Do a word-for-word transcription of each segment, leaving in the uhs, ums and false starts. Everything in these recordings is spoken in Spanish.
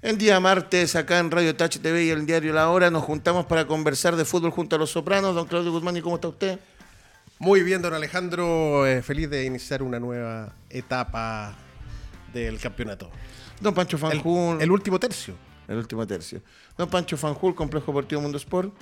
El día martes, acá en Radio Touch T V y el diario La Hora, nos juntamos para conversar de fútbol junto a los Sopranos. Don Claudio Guzmán, ¿y cómo está usted? Muy bien, don Alejandro. Eh, feliz de iniciar una nueva etapa del campeonato. Don Pancho Fanjul. El, el último tercio. El último tercio. Don Pancho Fanjul, Complejo Deportivo Mundo Sport.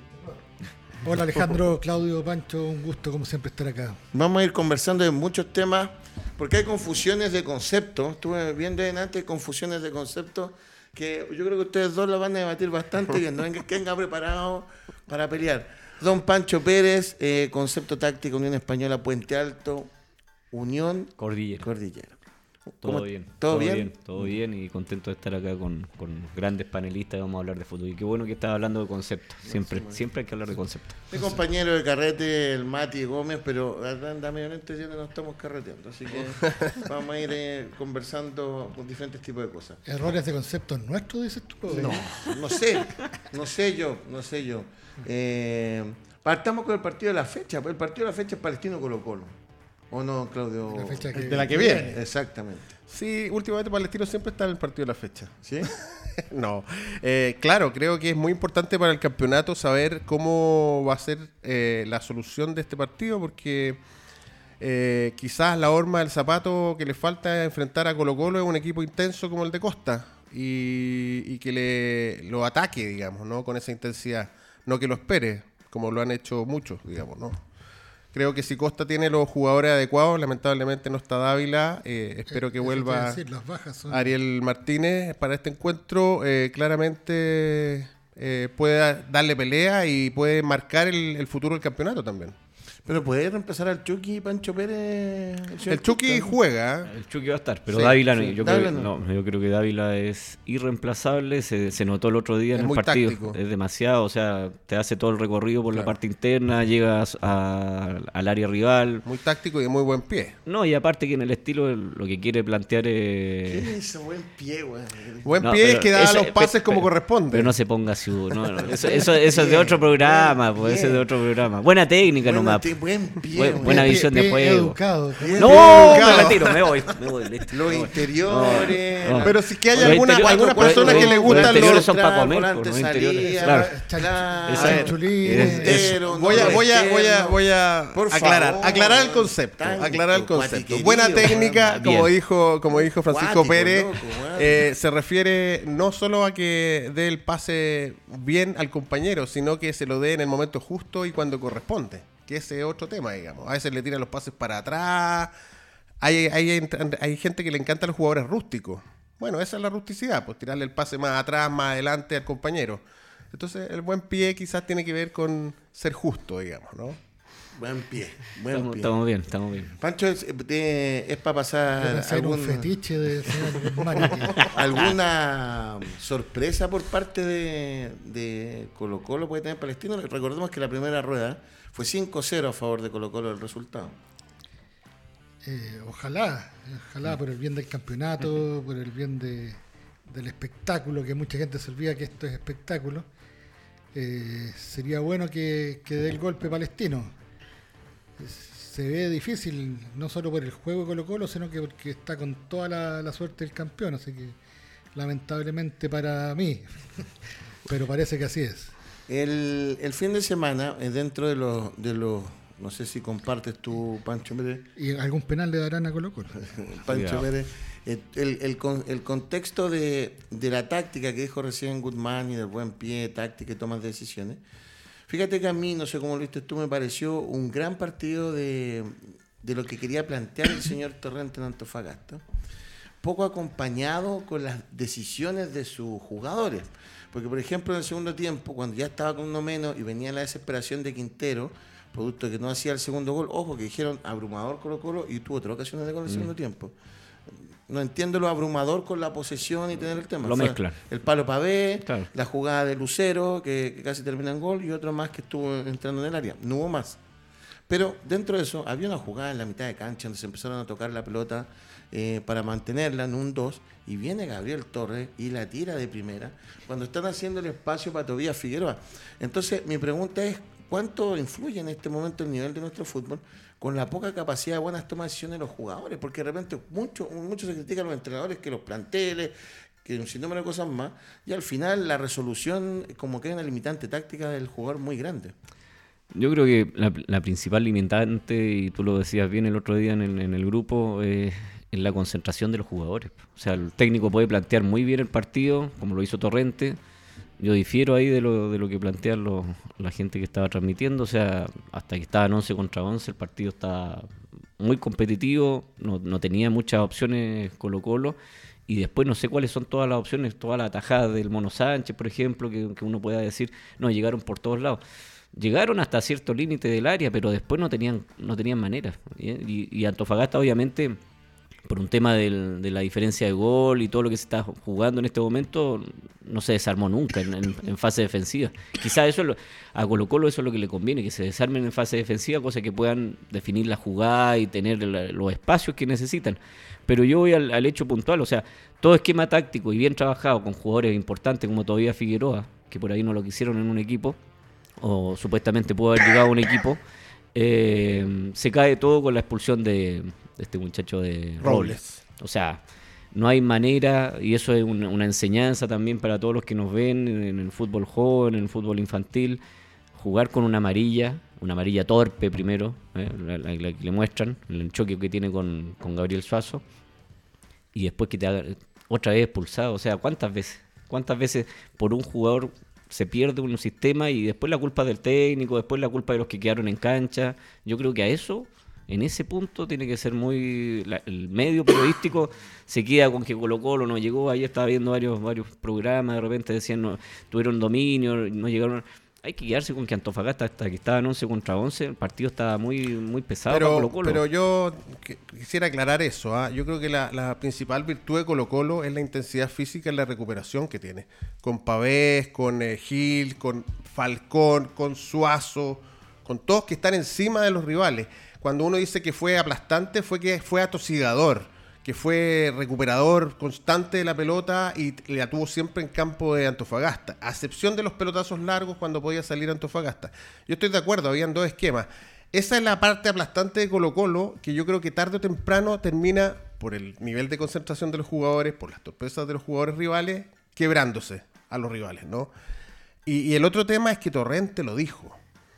Hola Alejandro, Claudio, Pancho, un gusto como siempre estar acá. Vamos a ir conversando de muchos temas, porque hay confusiones de conceptos. Estuve viendo antes confusiones de conceptos que yo creo que ustedes dos la van a debatir bastante bien, no venga, que venga preparado para pelear. Don Pancho Pérez, eh, concepto táctico, Unión Española, Puente Alto, Unión Cordillera. Cordillera. Todo bien. ¿Todo, todo bien? bien? Todo bien y contento de estar acá con, con grandes panelistas y vamos a hablar de fútbol. Y qué bueno que estás hablando de conceptos. Siempre, siempre hay que hablar de conceptos. Mi compañero de carrete, el Mati Gómez, pero anda medio lento diciendo que no estamos carreteando. Así que vamos a ir eh, conversando con diferentes tipos de cosas. ¿Errores de conceptos nuestros, dices tú? No, no sé. No sé yo, no sé yo. Eh, partamos con el partido de la fecha. El partido de la fecha es Palestino Colo-Colo. ¿O no, Claudio? La fecha que de la que viene. Exactamente. Sí, últimamente Palestino siempre está en el partido de la fecha. ¿Sí? No. Eh, claro, creo que es muy importante para el campeonato saber cómo va a ser eh, la solución de este partido, porque eh, quizás la horma del zapato que le falta es enfrentar a Colo-Colo es un equipo intenso como el de Costa y, y que le lo ataque, digamos, ¿no? Con esa intensidad. No que lo espere, como lo han hecho muchos, digamos, ¿no? Creo que si Costa tiene los jugadores adecuados, lamentablemente no está Dávila, eh, espero que Eso vuelva decir, las bajas son... Ariel Martínez para este encuentro, eh, claramente eh, puede darle pelea y puede marcar el, el futuro del campeonato también. Pero puede reemplazar al Chucky y Pancho Pérez. El, El Chucky juega. El Chucky va a estar, pero Sí, Dávila, sí, no, yo, Dávila creo, no. no, yo creo que Dávila es irreemplazable, se, se notó el otro día Es en el muy partido. táctico. Es demasiado, o sea, te hace todo el recorrido por Claro. la parte interna, llegas a- al área rival. Muy táctico y de muy buen pie. No, y aparte que en el estilo el- lo que quiere plantear ¿Qué es... es eso? Buen pie, güey. Buen No, pie pero es que da ese- los pe- pases como pero- corresponde. Pero no se ponga así. No, no, eso, eso, eso es de otro programa, Bien, pues, ese es de bien. otro programa. Buena técnica Buen, nomás. te- buen pie. Buen- güey. buena Pie- visión de pie juego. educado. Bien. No, educado. me retiro, me voy. Me voy listo, Los me voy. interiores. No, no. Pero si que hay Los alguna, interiores- algunas los- personas los- que les los gustan interiores los... son para comer, volante, los interiores, salida, claro. claro. Exacto. Chanchulines. Es- Entero, Voy a, no voy a, voy a, externo. voy a Por aclarar, favor, aclarar el concepto, tanto, aclarar el concepto. guatiquerío, Buena técnica, man. como Bien. dijo, como dijo Francisco Guático, Pérez, loco, guático. eh, se refiere no solo a que dé el pase bien al compañero, sino que se lo dé en el momento justo y cuando corresponde, que ese es otro tema, digamos. A veces le tiran los pases para atrás. Hay, hay, hay gente que le encanta a los jugadores rústicos. Bueno, esa es la rusticidad, pues tirarle el pase más atrás, más adelante al compañero. Entonces, el buen pie quizás tiene que ver con ser justo, digamos, ¿no? Buen pie. Buen Estamos, pie. estamos bien, estamos bien. Pancho, es, eh, es para Yo pasar pensé en un algún- fetiche de señor Guzmán. alguna sorpresa por parte de, de Colo Colo puede tener Palestino. Recordemos que la primera rueda fue cinco cero a favor de Colo Colo el resultado. Eh, ojalá, ojalá por el bien del campeonato, por el bien de, del espectáculo, que mucha gente se olvida que esto es espectáculo. Eh, sería bueno que, que dé el golpe Palestino. Se ve difícil, no solo por el juego de Colo Colo, sino que porque está con toda la, la suerte del campeón, así que lamentablemente para mí, pero parece que así es. El, el fin de semana, eh, dentro de los, de los, no sé si compartes tú, Pancho Pérez, ¿Y algún penal le darán a Colo Colo? Pancho Cuidado. Pérez, el, el, el con- el contexto de, de la táctica que dijo recién Guzmán y del buen pie, táctica y tomas de decisiones. Fíjate que a mí, no sé cómo lo viste tú, me pareció un gran partido de, de lo que quería plantear el señor Torrente en Antofagasta, poco acompañado con las decisiones de sus jugadores. Porque, por ejemplo, en el segundo tiempo, cuando ya estaba con uno menos y venía la desesperación de Quintero, producto de que no hacía el segundo gol, ojo, que dijeron abrumador Colo Colo y tuvo otras ocasiones de gol en el segundo tiempo. No entiendo lo abrumador con la posesión y tener el tema. Lo Fue mezclan. El palo Pavé, Claro. la jugada de Lucero, que, que casi termina en gol, y otro más que estuvo entrando en el área. No hubo más. Pero dentro de eso, había una jugada en la mitad de cancha donde se empezaron a tocar la pelota eh, para mantenerla en un dos, y viene Gabriel Torres y la tira de primera, cuando están haciendo el espacio para Tobías Figueroa. Entonces, mi pregunta es, ¿cuánto influye en este momento el nivel de nuestro fútbol con la poca capacidad de buenas tomas de decisiones de los jugadores? Porque de repente mucho, mucho se critica a los entrenadores que los planteles, que un sinnúmero de cosas más, y al final la resolución como que hay una limitante táctica del jugador muy grande. Yo creo que la, la principal limitante, y tú lo decías bien el otro día en el, en el grupo, eh, es la concentración de los jugadores. O sea, el técnico puede plantear muy bien el partido, como lo hizo Torrente. Yo difiero ahí de lo, de lo que plantean los, la gente que estaba transmitiendo. O sea, hasta que estaban once contra once, el partido estaba muy competitivo, no, no tenía muchas opciones Colo-Colo. Y después no sé cuáles son todas las opciones, todas las atajadas del Mono Sánchez, por ejemplo, que, que uno pueda decir, no, llegaron por todos lados. Llegaron hasta cierto límite del área, pero después no tenían no tenían manera. Y, y Antofagasta, obviamente, por un tema del, de la diferencia de gol y todo lo que se está jugando en este momento, no se desarmó nunca en, en, en fase defensiva. Quizás eso es lo, a Colo-Colo eso es lo que le conviene, que se desarmen en fase defensiva, cosa que puedan definir la jugada y tener la, los espacios que necesitan. Pero yo voy al, al hecho puntual, o sea, todo esquema táctico y bien trabajado con jugadores importantes como todavía Figueroa, que por ahí no lo quisieron en un equipo, o supuestamente pudo haber llegado a un equipo, eh, se cae todo con la expulsión de, de este muchacho de Robles. Robles. O sea, no hay manera, y eso es una, una enseñanza también para todos los que nos ven en el fútbol joven, en el fútbol infantil, jugar con una amarilla, una amarilla torpe primero, eh, la, la, la que le muestran, el choque que tiene con, con Gabriel Suazo, y después que te haga otra vez expulsado. O sea, ¿cuántas veces? ¿Cuántas veces por un jugador se pierde un sistema y después la culpa del técnico, después la culpa de los que quedaron en cancha? Yo creo que a eso, en ese punto, tiene que ser muy... La, el medio periodístico se queda con que Colo-Colo no llegó. Ayer estaba viendo varios varios programas, de repente decían, no, tuvieron dominio, no llegaron... Hay que quedarse con que Antofagasta, hasta que estaban once contra once, el partido estaba muy muy pesado pero, para Colo-Colo. Pero yo quisiera aclarar eso. ¿eh? Yo creo que la, la principal virtud de Colo-Colo es la intensidad física y la recuperación que tiene. Con Pavés, con eh, Gil, con Falcón, con Suazo, con todos que están encima de los rivales. Cuando uno dice que fue aplastante, fue que fue atosigador, que fue recuperador constante de la pelota y la tuvo siempre en campo de Antofagasta, a excepción de los pelotazos largos cuando podía salir Antofagasta. Yo estoy de acuerdo, habían dos esquemas. Esa es la parte aplastante de Colo-Colo, que yo creo que tarde o temprano termina, por el nivel de concentración de los jugadores, por las torpezas de los jugadores rivales, quebrándose a los rivales, ¿no? Y, y el otro tema es que Torrente lo dijo.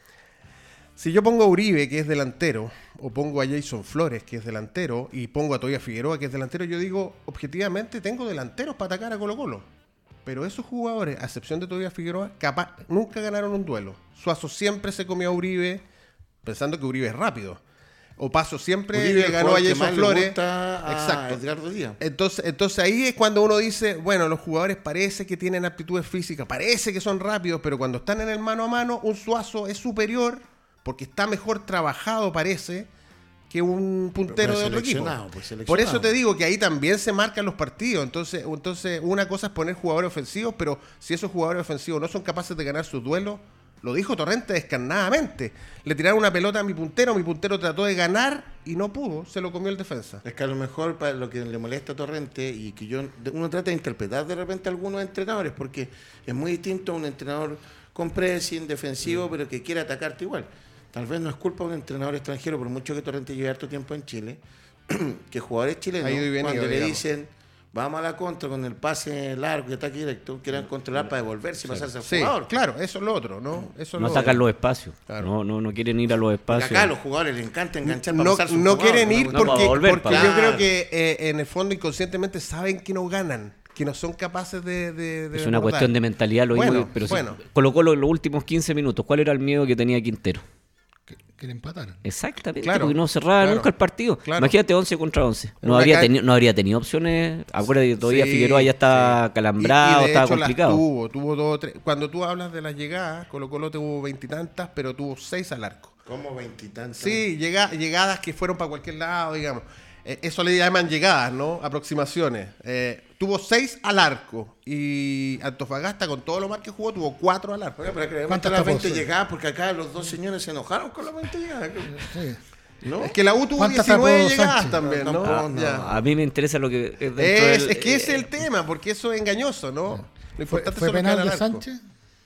Si yo pongo a Uribe, que es delantero, o pongo a Jason Flores, que es delantero, y pongo a Toya Figueroa, que es delantero, yo digo, objetivamente tengo delanteros para atacar a Colo-Colo. Pero esos jugadores, a excepción de Toya Figueroa, capaz, nunca ganaron un duelo. Suazo siempre se comió a Uribe, pensando que Uribe es rápido. O Paso siempre Uribe le ganó a Jason Flores. A Exacto. Edgardo Díaz. Entonces, entonces ahí es cuando uno dice, bueno, los jugadores parece que tienen aptitudes físicas, parece que son rápidos, pero cuando están en el mano a mano, un Suazo es superior, porque está mejor trabajado, parece, que un puntero de otro equipo. Pues Por eso te digo que ahí también se marcan los partidos. Entonces, entonces una cosa es poner jugadores ofensivos, pero si esos jugadores ofensivos no son capaces de ganar sus duelos, lo dijo Torrente descarnadamente. Le tiraron una pelota a mi puntero, mi puntero trató de ganar y no pudo, se lo comió el defensa. Es que a lo mejor para lo que le molesta a Torrente y que yo uno trata de interpretar de repente a algunos entrenadores, porque es muy distinto a un entrenador con pressing, defensivo, mm. pero que quiere atacarte igual. Tal vez no es culpa de un entrenador extranjero, por mucho que Torrente lleve harto tiempo en Chile, que jugadores chilenos, venido, cuando le digamos. dicen, vamos a la contra con el pase largo y ataque directo, quieran controlar para devolverse y sí. pasarse al sí, jugador. Claro, eso es lo otro, ¿no? Eso no lo atacan otro. los espacios, claro. no, no, no quieren ir a los espacios. Porque acá a los jugadores les encanta enganchar para no, pasar su No jugador, quieren ir no, porque, no, volver, porque claro. yo creo que eh, en el fondo inconscientemente saben que no ganan, que no son capaces de... de, de es una abordar. cuestión de mentalidad, lo bueno, mismo, pero bueno. si Colo-Colo en los últimos quince minutos, ¿cuál era el miedo que tenía Quintero? Que, que le empataran. Exactamente, claro, porque no cerraba claro, nunca el partido. Claro. Imagínate once contra once. No Una habría, ca- tenido, no habría tenido opciones. Acuérdate que todavía Sí, Figueroa ya estaba sí. calambrado, y, y de estaba hecho complicado. Las tuvo, tuvo dos o tres. Cuando tú hablas de las llegadas, Colo-Colo tuvo veintitantas, pero tuvo seis al arco. Como veintitantas. Sí, llega, llegadas que fueron para cualquier lado, digamos. Eh, eso le llaman llegadas, ¿no? Aproximaciones. Eh, tuvo seis al arco y Antofagasta, con todo lo mal que jugó, tuvo cuatro al arco. Oiga, pero que le ¿Cuántas las tapó? veinte llegadas, porque acá los dos señores se enojaron con las veinte llegadas. Sí. ¿No? Es que la U tuvo ¿Cuántas diecinueve tapó llegadas Sánchez? también, ¿no? No, Ah, no. Ya. A mí me interesa lo que es dentro Es, del- es que ese es el eh, tema, porque eso es engañoso, ¿no? Lo ¿Fue, importante fue es penal al de arco. Sánchez?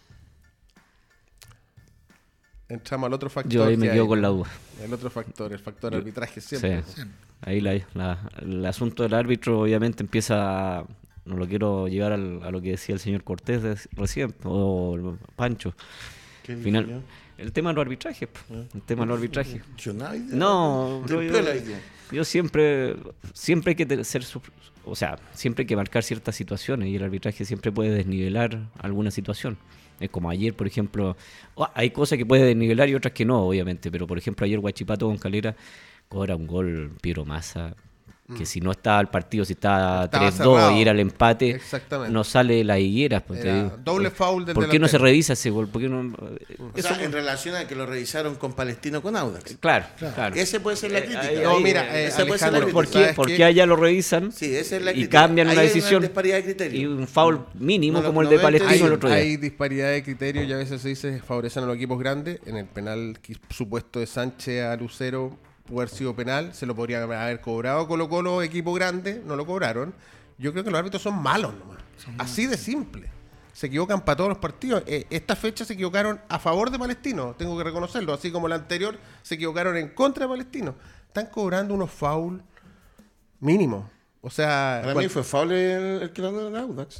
Entramos al otro factor. Yo ahí me que quedo hay, con ¿no? la duda. El otro factor, el factor Yo- arbitraje siempre. Sí. Sí. Ahí la, la- el asunto del árbitro obviamente empieza a, no lo quiero llevar al, a lo que decía el señor Cortés de, recién, o Pancho. ¿Qué dijo Final, yo? el tema de los arbitrajes, po, el tema de los arbitrajes. Yo nada, No, yo, yo, yo, yo, yo siempre, siempre hay que te- ser, su- o sea, siempre hay que marcar ciertas situaciones y el arbitraje siempre puede desnivelar alguna situación. Es como ayer, por ejemplo, oh, hay cosas que puede desnivelar y otras que no, obviamente, pero por ejemplo ayer Huachipato con Calera cobra un gol Piero Massa, que si no estaba el partido, si estaba Estaba tres dos cerrado. y era el empate, Exactamente. no sale de las higueras. Pues, te Era digo. doble foul del ¿Por qué no se delantero. revisa ese gol? ¿Por qué no? O Eso- sea, en relación a que lo revisaron con Palestino con Audax. claro, Claro. claro. Ese puede ser la Eh, crítica. ahí- No, ahí- mira, eh, eh, esa puede ser la Alejandro, ¿Por crítica. qué, ¿sabes por qué? qué allá lo revisan Sí, esa es la y crítica. cambian Ahí una hay decisión disparidad de criterio. y un foul mínimo No lo- como el no de veo Palestino entendido. el otro día? Hay disparidad de criterio y a veces se dice favorecen a los equipos grandes. En el penal que- supuesto de Sánchez a Lucero pudo haber sido penal, se lo podría haber cobrado Colo Colo, equipo grande, no lo cobraron. Yo creo que los árbitros son malos nomás. Así de simple. Se equivocan para todos los partidos. Eh, esta fecha se equivocaron a favor de Palestino, tengo que reconocerlo. Así como la anterior se equivocaron en contra de Palestino. Están cobrando unos foul mínimos. O sea, Para cual- mí fue foul el, el que lo dio en Audax.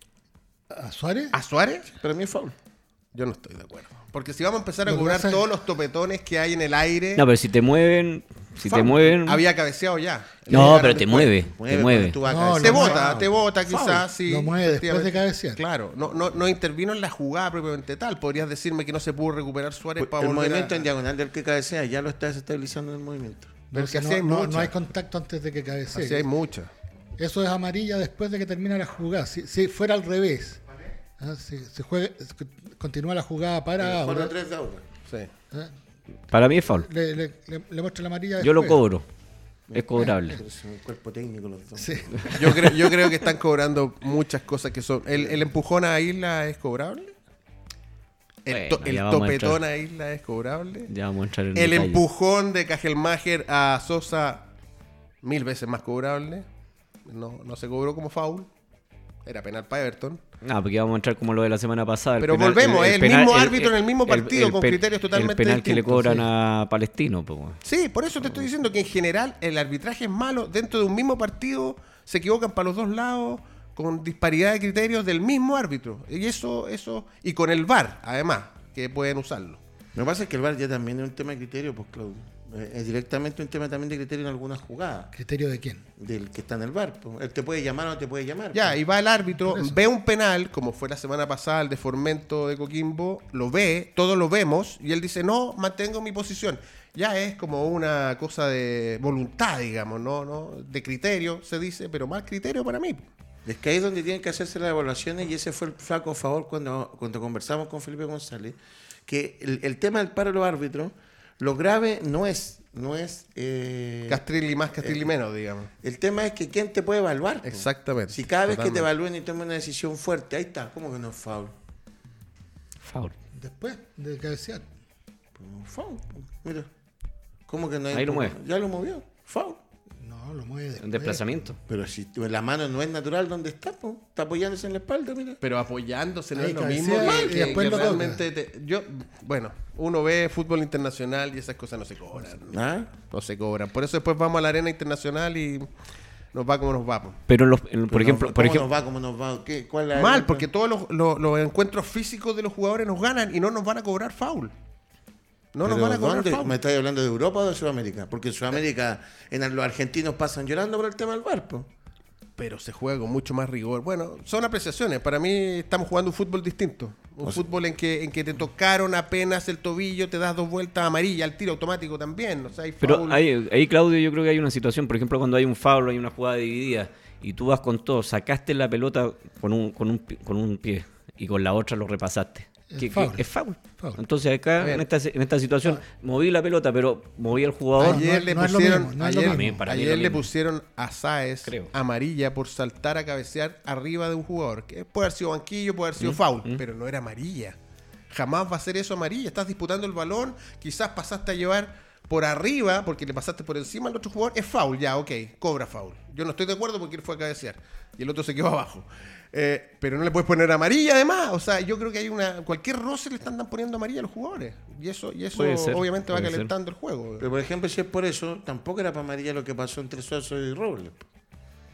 ¿A Suárez? ¿a Suárez? Para mí es foul. Yo no estoy de acuerdo. Porque si vamos a empezar a Lo que cobrar pasa es- todos los topetones que hay en el aire, No, pero si te mueven, si te foul. mueven... Había cabeceado ya. No, Llegaron pero te después. mueve, Mueve te mueve. cuando tú vas a No, cabecear. Te lo bota, Foul. te bota Foul. quizás, sí. Lo mueve después de efectivamente. cabecear. Claro, no, no, no intervino en la jugada propiamente tal. Podrías decirme que no se pudo recuperar Suárez para El volver movimiento a... en diagonal del que cabecea ya lo está desestabilizando el movimiento. Pero Porque si no, así hay no- no muchas. hay contacto antes de que cabecee. Así hay muchas. Eso es amarilla después de que termina la jugada. Si, si fuera al revés, ¿ah? si se juega, continúa la jugada para cuatro ahora, tres de Audax. Sí. ¿ah? Para mí es foul. le, le, le- le muestra la amarilla. Yo lo después. cobro. Es cobrable. Pero es un cuerpo técnico los dos. Sí. Yo, creo, yo creo que están cobrando muchas cosas que son... ¿El, el empujón a Isla es cobrable? ¿El, Bueno, to- el ya vamos a topetón entrar. a Isla es cobrable? Ya vamos a entrar en El detalle. empujón de Cajelmacher a Sosa, mil veces más cobrable. No, no se cobró como foul. Era penal para Everton. No, porque vamos a entrar como lo de la semana pasada. Pero volvemos, el mismo árbitro en el mismo partido, con pe- criterios totalmente El penal que le distintos, cobran sí. a Palestino, pues. Sí, por eso te estoy diciendo que en general el arbitraje es malo. Dentro de un mismo partido se equivocan para los dos lados con disparidad de criterios del mismo árbitro. Y eso, eso, y con el V A R, además, que pueden usarlo. Lo que pasa es que el V A R ya también es un tema de criterio, pues Claudio. Eh, Es directamente un tema también de criterio en algunas jugadas. ¿Criterio de quién? Del que está en el V A R. Pues. Él te puede llamar o no te puede llamar. Ya, pues. y va el árbitro, Por eso. ve un penal, como fue la semana pasada el de Formento de Coquimbo, lo ve, todos lo vemos, y él dice, no, mantengo mi posición. Ya es como una cosa de voluntad, digamos, no, no, de criterio, se dice, pero mal criterio para mí. Es que ahí es donde tienen que hacerse las evaluaciones y ese fue el flaco favor cuando, cuando conversamos con Felipe González, que el, el tema del paro de los árbitros, lo grave no es... No es eh, Castrilli más, Castrilli menos, digamos. el tema es que quién te puede evaluar. pues. Exactamente. Si cada vez que te totalmente. evalúen y tomen una decisión fuerte, ahí está, ¿cómo que no es foul? Foul. Después de cabecear. Pues, foul, pues. Mira. ¿Cómo que no hay? Ahí lo mueve. Ya lo movió, foul. No, lo mueve después. Un desplazamiento. Pero si tu- la mano no es natural, ¿dónde está? Po? Está apoyándose en la espalda, mira. Pero apoyándose no Ahí es lo cabecea mismo que, y que- después que lo realmente te- yo, bueno, uno ve fútbol internacional y esas cosas no se cobran. ¿Ah? No se cobran. Por eso después vamos a la arena internacional y nos va como nos va. po. Pero en los, en- por Pero ejemplo, no- por ¿cómo ejemplo, nos va? ¿Cómo nos va? ¿Qué? ¿Cuál es la- Mal, porque todos los, los- los encuentros físicos de los jugadores nos ganan y no nos van a cobrar foul. No nos Pero van a cobrar ¿dónde? foul. ¿Me estás hablando de Europa o de Sudamérica? Porque en Sudamérica en los argentinos pasan llorando por el tema del V A R. Po. Pero se juega con mucho más rigor. Bueno, son apreciaciones. Para mí estamos jugando un fútbol distinto. Un O sea- fútbol en que, en que te tocaron apenas el tobillo, te das dos vueltas amarilla, al tiro automático también. O sea, hay pero foul. ahí, ahí, Claudio, yo creo que hay una situación, por ejemplo, cuando hay un foul, hay una jugada dividida y tú vas con todo, sacaste la pelota con un, con un, pi- con un pie y con la otra lo repasaste. Es ¿Qué- qué- foul. es foul. Foul. Entonces acá, Bien. en esta, en esta situación, moví la pelota, pero moví al jugador. Ay, Ayer no- le no es lo pusieron, mismo, no es lo ayer, mismo. Para mí es ayer lo le mismo. pusieron a Sáez Creo. amarilla por saltar a cabecear arriba de un jugador. Que puede haber sido banquillo, puede haber sido foul, pero no era amarilla. Jamás va a ser eso amarilla. Estás disputando el balón, quizás pasaste a llevar por arriba, porque le pasaste por encima al otro jugador. Es foul, ya, ok, cobra foul. Yo no estoy de acuerdo porque él fue a cabecear y el otro se quedó abajo. Eh, pero no le puedes poner amarilla además. O sea, yo creo que hay una. Cualquier roce le están poniendo amarilla a los jugadores. Y eso, y eso Puede ser, obviamente va puede ser. calentando el juego. Pero por ejemplo, si es por eso, tampoco era para amarilla lo que pasó entre Suazo y Robles. Po.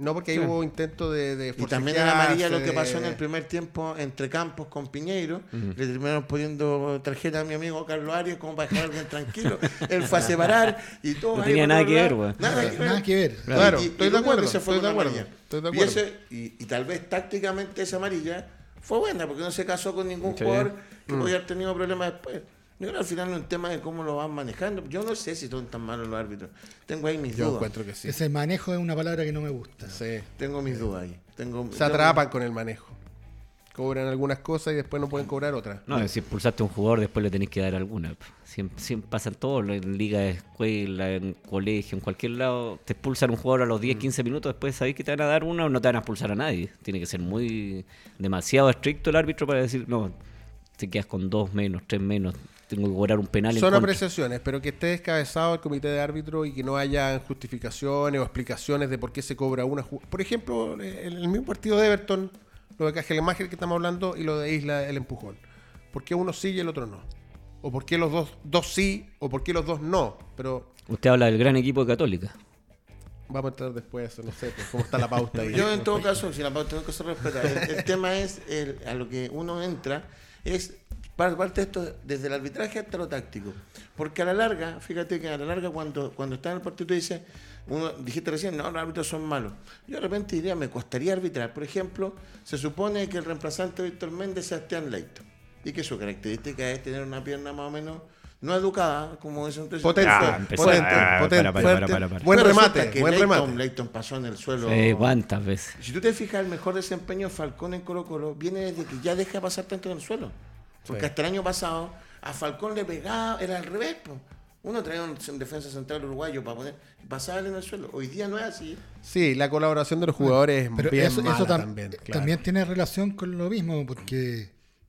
No, porque ahí Sí. hubo intento de, de Y también en amarilla lo que forcejearse, pasó en de- el primer tiempo entre Campos con Piñeiro, Ujú. le terminaron poniendo tarjeta a mi amigo Carlos Arias como para dejar a alguien tranquilo. Él fue a separar y todo. No ahí tenía por nada otro que ver, lado. weón. Nada que ver. Nada que ver. Claro, Y- y- estoy y de lo acuerdo, único que se fue estoy de con acuerdo, amarilla. estoy de Y, acuerdo. ese- y, y tal vez tácticamente esa amarilla fue buena, porque no se casó con ningún Sí. jugador que Mm. podía haber tenido problemas después. Yo creo que al final no es un tema de cómo lo van manejando. Yo no sé si son tan malos los árbitros. Tengo ahí mis Yo dudas. encuentro que sí. Ese manejo es una palabra que no me gusta. Sí. Tengo mis dudas ahí. Tengo, Se yo- atrapan con el manejo. Cobran algunas cosas y después no pueden cobrar otras. No, si expulsaste a un jugador, después le tenés que dar alguna. po. Siempre, siempre pasan todos, en liga de escuela, en colegio, en cualquier lado. Te expulsan a un jugador a los diez, quince minutos, después sabés que te van a dar una o no te van a expulsar a nadie. Tiene que ser muy demasiado estricto el árbitro para decir, no, te quedas con dos menos, tres menos, tengo que cobrar un penal en Son contra. apreciaciones, pero que esté descabezado el comité de árbitros y que no haya justificaciones o explicaciones de por qué se cobra una jugada. Por ejemplo, en el mismo partido de Everton, lo de Cajelemacher que estamos hablando y lo de Isla, el empujón. ¿Por qué uno sí y el otro no? ¿O por qué los dos, dos sí o por qué los dos no? Pero Usted habla del gran equipo de Católica. vamos a entrar después, no sé, pues, cómo está la pauta ahí. Yo en todo caso, si la pauta tengo que se respeta. El, el tema es, el- a lo que uno entra, es par- parte de esto desde el arbitraje hasta lo táctico. Porque a la larga, fíjate que a la larga cuando, cuando está en el partido tú dices, uno, dijiste recién, no, los árbitros son malos. Yo de repente diría, me costaría arbitrar. Por ejemplo, se supone que el reemplazante de Víctor Méndez es Sebastián Leito. Y que su característica es tener una pierna más o menos no educada, como es un Potente, Ah, empezó. potente, Ah, potente, para, para, fuerte. para, para. Buen Pero remate, resulta que buen Leighton- remate. Leighton pasó en el suelo. Sí, ¿cuántas veces? Si tú te fijas, el mejor desempeño de Falcón en Colo Colo viene desde que ya deja pasar tanto en el suelo. Porque Sí. hasta el año pasado a Falcón le pegaba, era al revés. Po. Uno traía un un defensa central uruguayo para poner, pasaba en el suelo. Hoy día no es así. Sí, la colaboración de los jugadores es Pero bien eso, mala eso tam- también. eh, claro. también tiene relación con lo mismo, porque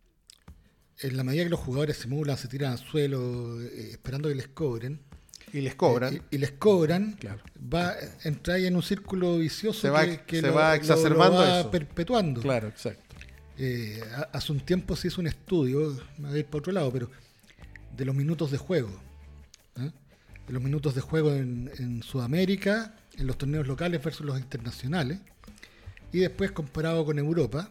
en la medida que los jugadores simulan, se tiran al suelo eh, esperando que les cobren, Y les cobran. eh, y, y les cobran, Claro. va entrar ahí en un círculo vicioso Se va- que, que se lo, va lo- exacerbando lo va eso. perpetuando. Claro, exacto. Eh, ha- hace un tiempo se hizo un estudio, me voy a ir para otro lado, pero de los minutos de juego. ¿eh? De los minutos de juego en, en Sudamérica, en los torneos locales versus los internacionales, y después comparado con Europa.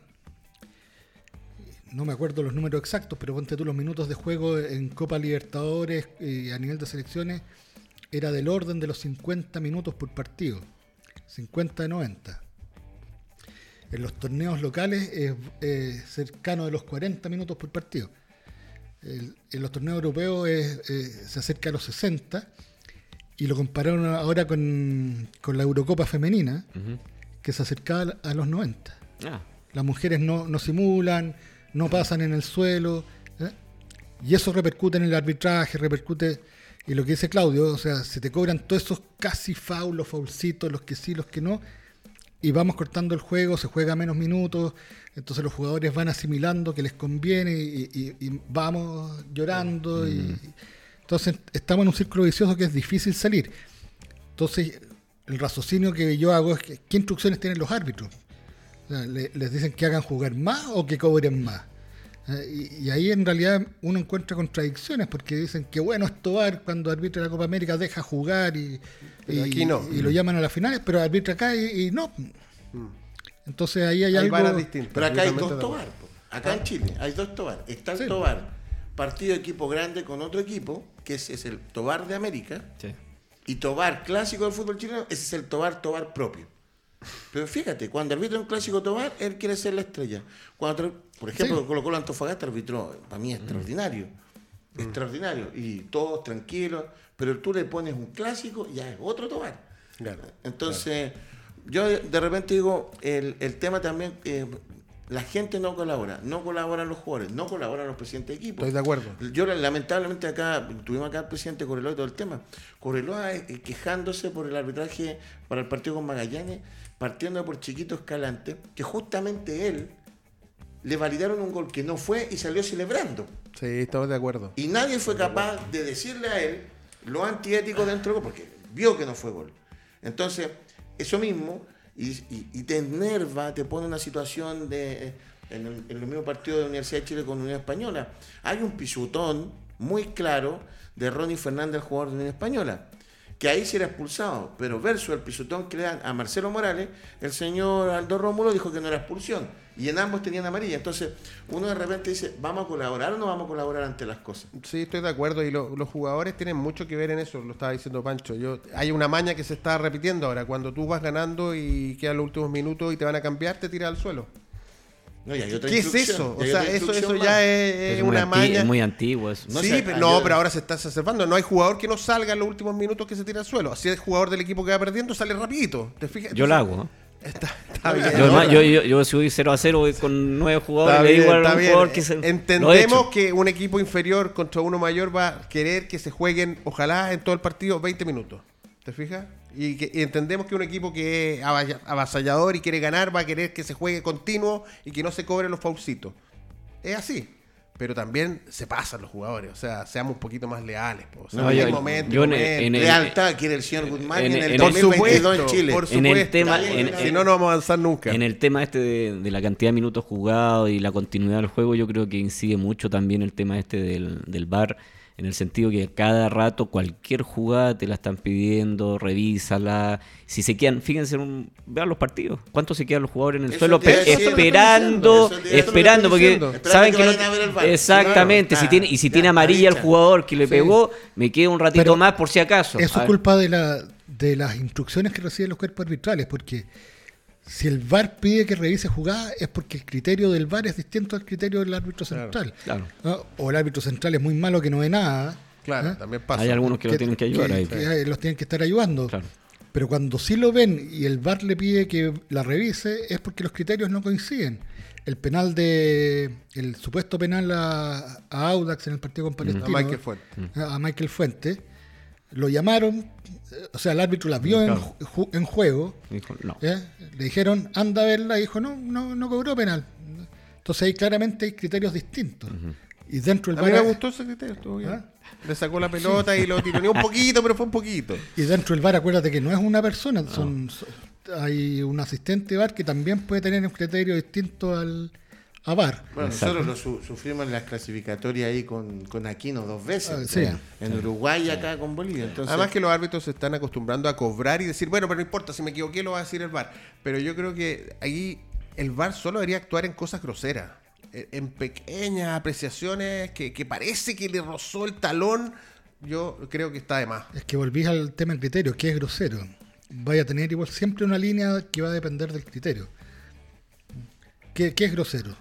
No me acuerdo los números exactos, pero ponte tú los minutos de juego en Copa Libertadores y a nivel de selecciones, era del orden de los cincuenta minutos por partido. cincuenta de noventa. En los torneos locales es eh, cercano de los cuarenta minutos por partido. El- en los torneos europeos es, eh, se acerca a los sesenta y lo compararon ahora con, con la Eurocopa femenina, Ujú. que se acercaba a los noventa. Ah, Las mujeres no, no simulan, no pasan en el suelo, ¿eh? Y eso repercute en el arbitraje, repercute, y lo que dice Claudio, o sea, se te cobran todos esos casi faulos, faulcitos, los que sí, los que no, y vamos cortando el juego, se juega menos minutos, entonces los jugadores van asimilando que les conviene y, y- y vamos llorando, y entonces estamos en un círculo vicioso que es difícil salir. Entonces, el raciocinio que yo hago es que, ¿qué instrucciones tienen los árbitros? O sea, le- les dicen que hagan jugar más o que cobren más. Eh, y, y ahí en realidad uno encuentra contradicciones porque dicen que bueno es Tobar cuando arbitra la Copa América deja jugar y, Pero y- aquí no. y lo llaman a las finales, pero arbitra acá y, y no. Entonces ahí hay, Hay algo... varas distintas. Pero acá hay totalmente dos de Tobar. acuerdo. Po. Acá en Chile hay dos Tobar. Está el Sí. Tobar, partido de equipo grande con otro equipo, que ese es el Tobar de América. sí. Y Tobar clásico del fútbol chileno, ese es el Tobar, Tobar propio. Pero fíjate, cuando arbitra un clásico Tobar, él quiere ser la estrella. Cuando, tra- por ejemplo, Sí. Colo Colo Antofagasta arbitró, para mí extraordinario. Extraordinario. Y todos tranquilos, pero tú le pones un clásico, ya es otro Tobar. Claro, Entonces, yo de de repente digo, el, el tema también, eh, la gente no colabora, no colaboran los jugadores, no colaboran los presidentes de equipo. Estoy de acuerdo. Yo lamentablemente acá, tuvimos acá al presidente Correloa y todo el tema. Correloa eh, quejándose por el arbitraje para el partido con Magallanes, partiendo por Chiquito Escalante, que justamente él le validaron un gol que no fue y salió celebrando. Sí, estamos de acuerdo. Y nadie fue capaz de decirle a él lo antiético dentro del gol, porque vio que no fue gol. Entonces, eso mismo, y, y- y te enerva, te pone en una situación de, eh, en el, en el mismo partido de Universidad de Chile con Unión Española. Hay un pisotón muy claro de Ronnie Fernández, el jugador de Unión Española. que ahí sí era expulsado, pero versus el pisotón que le dan a Marcelo Morales, el señor Aldo Rómulo dijo que no era expulsión, y en ambos tenían amarilla. Entonces uno de repente dice, ¿vamos a colaborar o no vamos a colaborar ante las cosas? Sí, estoy de acuerdo, y lo, los jugadores tienen mucho que ver en eso, lo estaba diciendo Pancho. Yo, hay una maña que se está repitiendo ahora, cuando tú vas ganando y quedan los últimos minutos y te van a cambiar, te tiras al suelo. No, y hay otra ¿Qué es instrucción, eso? y O hay sea, otra eso, instrucción eso más. ya es, Es una muy, anti- maña. es muy antiguo eso. No sí, sé, pero, hay no, otra- pero ahora se está exacerbando. No hay jugador que no salga en los últimos minutos que se tira al suelo. Así es, el jugador del equipo que va perdiendo sale rapidito. ¿Te fijas? Yo lo hago. ¿eh? Está, está bien. Yo, además, yo, yo, yo si voy cero a cero voy con nueve jugadores, Está le digo bien, al está bien. jugador que se, lo he Entendemos hecho. que un equipo inferior contra uno mayor va a querer que se jueguen, ojalá en todo el partido, veinte minutos. ¿Te fijas? Y, que, y entendemos que un equipo que es avalla- avasallador y quiere ganar va a querer que se juegue continuo y que no se cobren los faulcitos. Es así. Pero también se pasan los jugadores. O sea, seamos un poquito más leales. Po. O sea, No, hay yo- momento, yo en- momento. en el- Lealtad quiere el señor Guzmán en- en, el en- Por dos mil veintidós supuesto, en Chile. por En el supuesto. tema- Está bien, en- Si en- no, no vamos a avanzar nunca. En el tema este de, de la cantidad de minutos jugados y la continuidad del juego, yo creo que incide mucho también el tema este del, del V A R, en el sentido que cada rato cualquier jugada te la están pidiendo, revísala. Si se quedan, fíjense, un, vean los partidos, ¿cuánto se quedan los jugadores en el Eso suelo te iba a pe- decir, esperando, eso te iba a decir, esperando, eso te estoy porque diciendo. saben Esperando que que no, vayan a ver el V A R. exactamente, Claro, si ah, tiene, y si ya, tiene amarilla el dicha. jugador que le Sí. pegó, me queda un ratito Pero más por si acaso. Eso A es ver. culpa de, la, de las instrucciones que reciben los cuerpos arbitrales, porque si el V A R pide que revise jugada es porque el criterio del V A R es distinto al criterio del árbitro Claro, central. claro. ¿No? O el árbitro central es muy malo que no ve nada. Claro, ¿eh? también pasa. Hay algunos que, lo tienen que ayudar ahí. que los tienen que estar ayudando. Claro. Pero cuando sí lo ven y el V A R le pide que la revise es porque los criterios no coinciden. El penal de el supuesto penal a, a Audax en el partido con Palestino, A Michael Fuentes. a Michael Fuentes, lo llamaron, eh, o sea, el árbitro la vio en, Claro. ju- en juego, Dijo, no. ¿eh? Le dijeron, anda a verla, y dijo, no, no, no cobró penal. Entonces ahí claramente hay criterios distintos. Y dentro del A mí V A me R, gustó ese criterio, estuvo bien. ¿Ah? Le sacó la pelota y lo tironeó un poquito, pero fue un poquito. y dentro del V A R, acuérdate que no es una persona, son, son- hay un asistente de V A R que también puede tener un criterio distinto al a V A R. Bueno, Exacto. nosotros lo su- sufrimos en las clasificatorias ahí con, con Aquino dos veces. Ah, sí. En Uruguay y acá con Bolivia. Entonces, Además que los árbitros se están acostumbrando a cobrar y decir, bueno, pero no importa, si me equivoqué lo va a decir el V A R. Pero yo creo que ahí el V A R solo debería actuar en cosas groseras, en en pequeñas apreciaciones que, que parece que le rozó el talón. Yo creo que está de más. Es que volvís al tema del criterio, que es grosero. Vaya a tener igual siempre una línea que va a depender del criterio. ¿Qué, qué es grosero?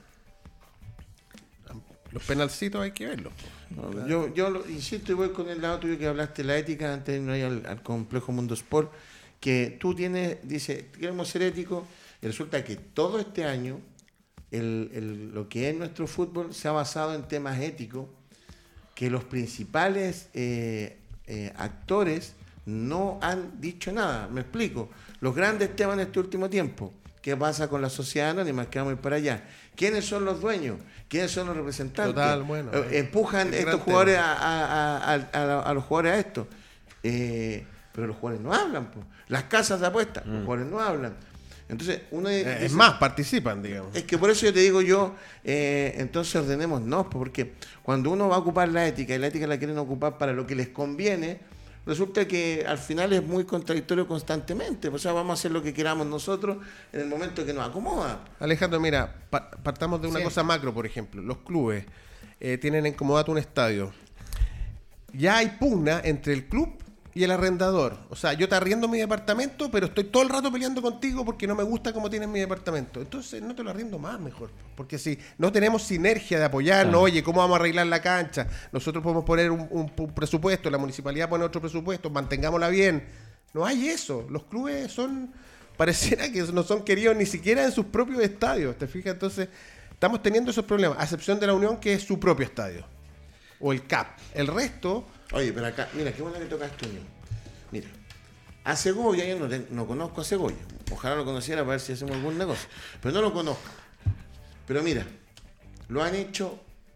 Los penalcitos hay que verlos. no, yo, yo lo- insisto y voy con el lado tuyo que hablaste de la ética antes de no ir al, al complejo Mundo Sport, que tú tienes, dice, queremos ser éticos, y resulta que todo este año el, el- lo que es nuestro fútbol se ha basado en temas éticos, que los principales eh, eh, actores no han dicho nada. Me explico. Los grandes temas en este último tiempo. ¿Qué pasa con la sociedad anónima? Que vamos a ir para allá. ¿Quiénes son los dueños? ¿Quiénes son los representantes? Total, bueno, Eh, eh, empujan el estos gran jugadores tema. a, a- a- a- a- a los jugadores a esto. Eh, pero los jugadores no hablan. Po. Las casas de apuestas, los jugadores no hablan. Entonces, uno Eh, dice- es más, participan, digamos. es que por eso yo te digo yo, eh, entonces ordenémonos, porque cuando uno va a ocupar la ética y la ética la quieren ocupar para lo que les conviene, resulta que al final es muy contradictorio constantemente. O sea, vamos a hacer lo que queramos nosotros en el momento que nos acomoda. Alejandro, mira, pa- partamos de una Sí. cosa macro, por ejemplo. Los clubes eh, tienen en comodato un estadio. Ya hay pugna entre el club y el arrendador. O sea, yo te arriendo mi departamento, pero estoy todo el rato peleando contigo porque no me gusta cómo tienes mi departamento. Entonces no te lo arriendo más mejor. Porque si no tenemos sinergia de apoyarnos, Claro. oye, ¿cómo vamos a arreglar la cancha? Nosotros podemos poner un, un- un presupuesto, la municipalidad pone otro presupuesto, mantengámosla bien. No hay eso. Los clubes son... Pareciera que no son queridos ni siquiera en sus propios estadios. ¿Te fijas? Entonces, estamos teniendo esos problemas. A excepción de la Unión, que es su propio estadio. O el C A P. El resto... Oye, pero acá, mira, qué bueno que tocaste unión. Mira, a Segovia, yo no, te- no conozco a Segovia. Ojalá lo conociera para ver si hacemos algún negocio. Pero no lo conozco. Pero mira, lo han hecho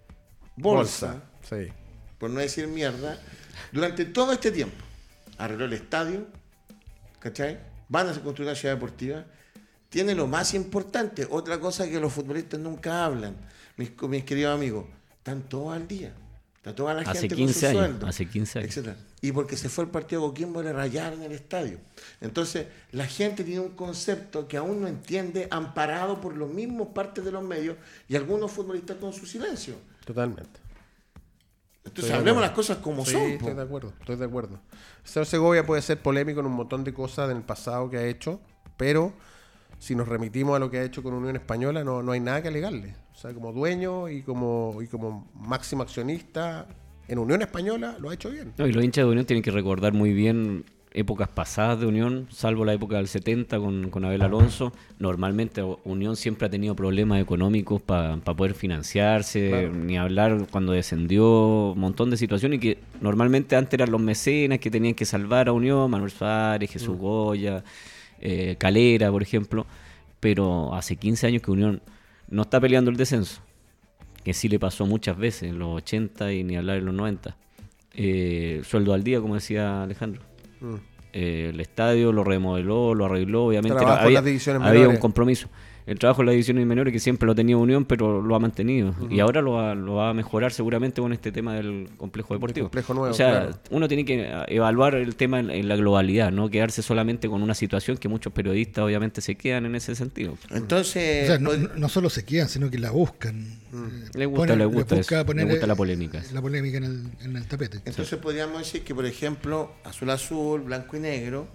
bolsa, Sí. por no decir mierda, durante todo este tiempo. Arregló el estadio, ¿cachai? Van a construir una ciudad deportiva. Tiene lo más importante, otra cosa que los futbolistas nunca hablan, mis, mis queridos amigos, están todos al día. Está toda la Hace gente quince con su años, sueldo, hace quince años. etcétera. Y porque se fue el partido de Coquimbo, le rayaron el estadio. Entonces, la gente tiene un concepto que aún no entiende, amparado por los mismos partes de los medios y algunos futbolistas con su silencio. Totalmente. Entonces, hablemos las cosas como sí, son. Estoy de acuerdo, estoy de acuerdo. El señor Segovia puede ser polémico en un montón de cosas en el pasado que ha hecho, pero si nos remitimos a lo que ha hecho con Unión Española, no, no hay nada que alegarle. O sea, como dueño y como, y como máximo accionista en Unión Española lo ha hecho bien. No, y los hinchas de Unión tienen que recordar muy bien épocas pasadas de Unión, salvo la época del setenta con, con Abel Alonso. Normalmente Unión siempre ha tenido problemas económicos para pa poder financiarse, claro. Ni hablar cuando descendió, un montón de situaciones, y que normalmente antes eran los mecenas que tenían que salvar a Unión, Manuel Suárez, Jesús mm. Goya, eh, Calera, por ejemplo. Pero hace quince años que Unión no está peleando el descenso, que sí le pasó muchas veces en los ochenta y ni hablar en los noventa. Eh, sueldo al día, como decía Alejandro. Mm. Eh, el estadio lo remodeló, lo arregló, obviamente Trabajo había, en las divisiones había menores. un compromiso. El trabajo en las divisiones menores que siempre lo ha tenido Unión, pero lo ha mantenido. Uh-huh. Y ahora lo va, lo va a mejorar seguramente con este tema del complejo deportivo. El complejo nuevo, o sea, claro. Uno tiene que evaluar el tema en, en la globalidad, no quedarse solamente con una situación que muchos periodistas obviamente se quedan en ese sentido. Entonces, o sea, no, no solo se quedan, sino que la buscan. Mm. Le gusta, le gusta, busca eso, poner le gusta la polémica. La polémica en el, en el tapete. Entonces sí. Podríamos decir que, por ejemplo, azul azul, blanco y negro,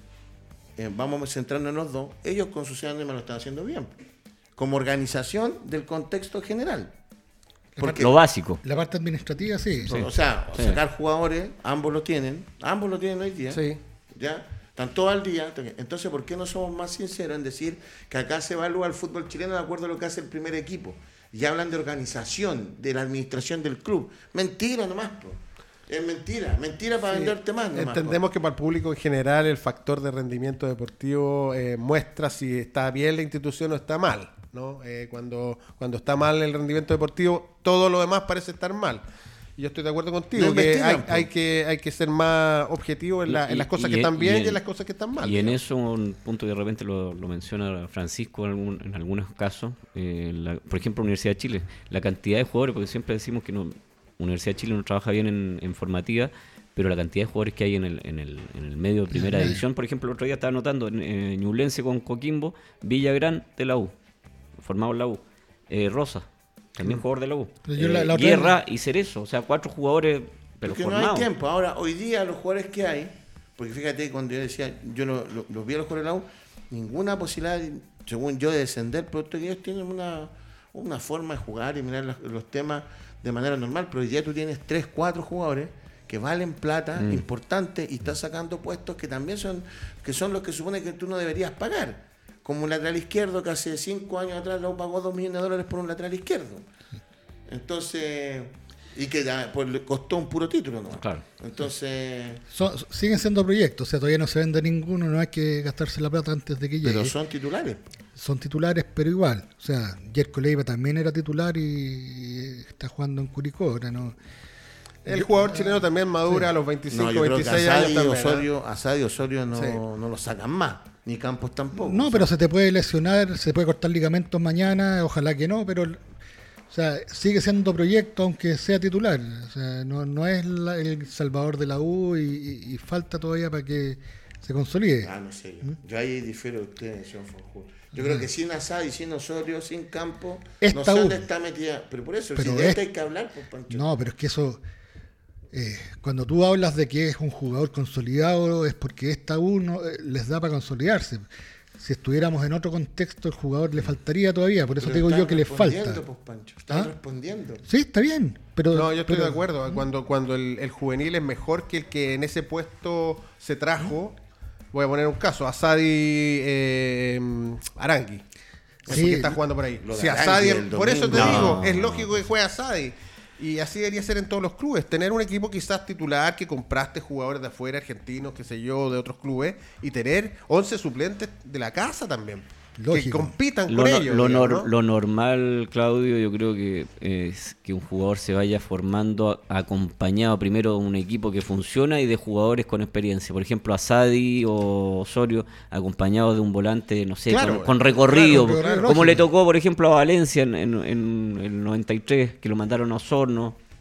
eh, vamos a centrarnos en los dos, ellos con su ciudadanía lo están haciendo bien. Como organización del contexto general. Porque lo básico. La parte administrativa, sí. sí. O sea, sí. Sacar jugadores, ambos lo tienen, ambos lo tienen hoy día. Sí. ¿Ya? Están todos al día. Entonces, ¿por qué no somos más sinceros en decir que acá se evalúa el fútbol chileno de acuerdo a lo que hace el primer equipo? Y hablan de organización, de la administración del club. Mentira nomás, po. Es mentira, mentira para sí. venderte más nomás, entendemos po. Que para el público en general el factor de rendimiento deportivo eh, muestra si está bien la institución o está mal, ¿no? Eh, cuando, cuando está mal el rendimiento deportivo, todo lo demás parece estar mal. Y yo estoy de acuerdo contigo, que hay, hay que hay que ser más objetivo en, la, en las cosas y, que están bien y en, y en las cosas que están mal. Y digamos. En eso, un punto que de repente lo, lo menciona Francisco en, algún, en algunos casos, eh, la, por ejemplo, Universidad de Chile, la cantidad de jugadores, porque siempre decimos que no, Universidad de Chile no trabaja bien en, en formativa, pero la cantidad de jugadores que hay en el, en el, en el medio de primera sí, división, por ejemplo, el otro día estaba notando en eh, Ñublense con Coquimbo, Villagrán de la U, formado en la U, eh, Rosa, también jugador de la U, eh, la, la Guerra y Cerezo, o sea, cuatro jugadores, pero porque formados. No hay tiempo. Ahora, hoy día los jugadores que hay, porque fíjate, cuando yo decía, yo los lo, lo vi a los jugadores de la U, ninguna posibilidad, según yo, de descender, pero que ellos tienen una, una forma de jugar y mirar los, los temas de manera normal, pero hoy día tú tienes tres, cuatro jugadores que valen plata, mm. importante, y estás sacando puestos que también son, que son los que supone que tú no deberías pagar. Como un lateral izquierdo que hace cinco años atrás lo pagó dos millones de dólares por un lateral izquierdo. Entonces, y que pues, le costó un puro título, ¿no? Claro. Entonces... Son, siguen siendo proyectos, o sea, todavía no se vende ninguno, no hay que gastarse la plata antes de que llegue. Pero son titulares. Son titulares, pero igual. O sea, Jerko Leiva también era titular y está jugando en Curicó, ahora no... El jugador chileno también madura sí. a los veinticinco, no, veintiséis Asadi años también. Osorio, Asadi Osorio no, sí. no lo sacan más, ni Campos tampoco. No, o sea. Pero se te puede lesionar, se puede cortar ligamentos mañana, ojalá que no, pero o sea, sigue siendo proyecto aunque sea titular. O sea, no, no es la, el salvador de la U y, y, y falta todavía para que se consolide. Ah, no sé, yo, ¿Mm? yo ahí difiero de ustedes, señor Fanjul. Yo creo que sin Asadi, sin Osorio, sin Campos, esta no sé U. dónde está metida. Pero por eso, pero si de es, esto hay que hablar, pues, Pancho. No, pero es que eso... Eh, cuando tú hablas de que es un jugador consolidado es porque esta U no, eh, les da para consolidarse. Si estuviéramos en otro contexto, el jugador le faltaría todavía. Por eso te digo yo que le falta. Pues, Pancho, están ¿Ah? respondiendo. Sí, está bien. Pero, no, yo estoy pero, de acuerdo. Cuando, cuando el, el juvenil es mejor que el que en ese puesto se trajo, voy a poner un caso, Asadi eh, Arangui. Sí, que está jugando por ahí. Si Asadi, por eso te no. digo, es lógico que juegue Asadi. Y así debería ser en todos los clubes. Tener un equipo quizás titular que compraste jugadores de afuera, argentinos, qué sé yo, de otros clubes, y tener once suplentes de la casa también. Lógico. Que compitan lo con no, ellos. Lo, digamos, nor, ¿no? lo normal, Claudio, yo creo que es que un jugador se vaya formando acompañado primero de un equipo que funciona y de jugadores con experiencia. Por ejemplo, Asadi o Osorio acompañados de un volante, no sé, claro, con, con recorrido. Claro, como lógico. Le tocó, por ejemplo, a Valencia en, en, en el noventa y tres, que lo mandaron a Osorno.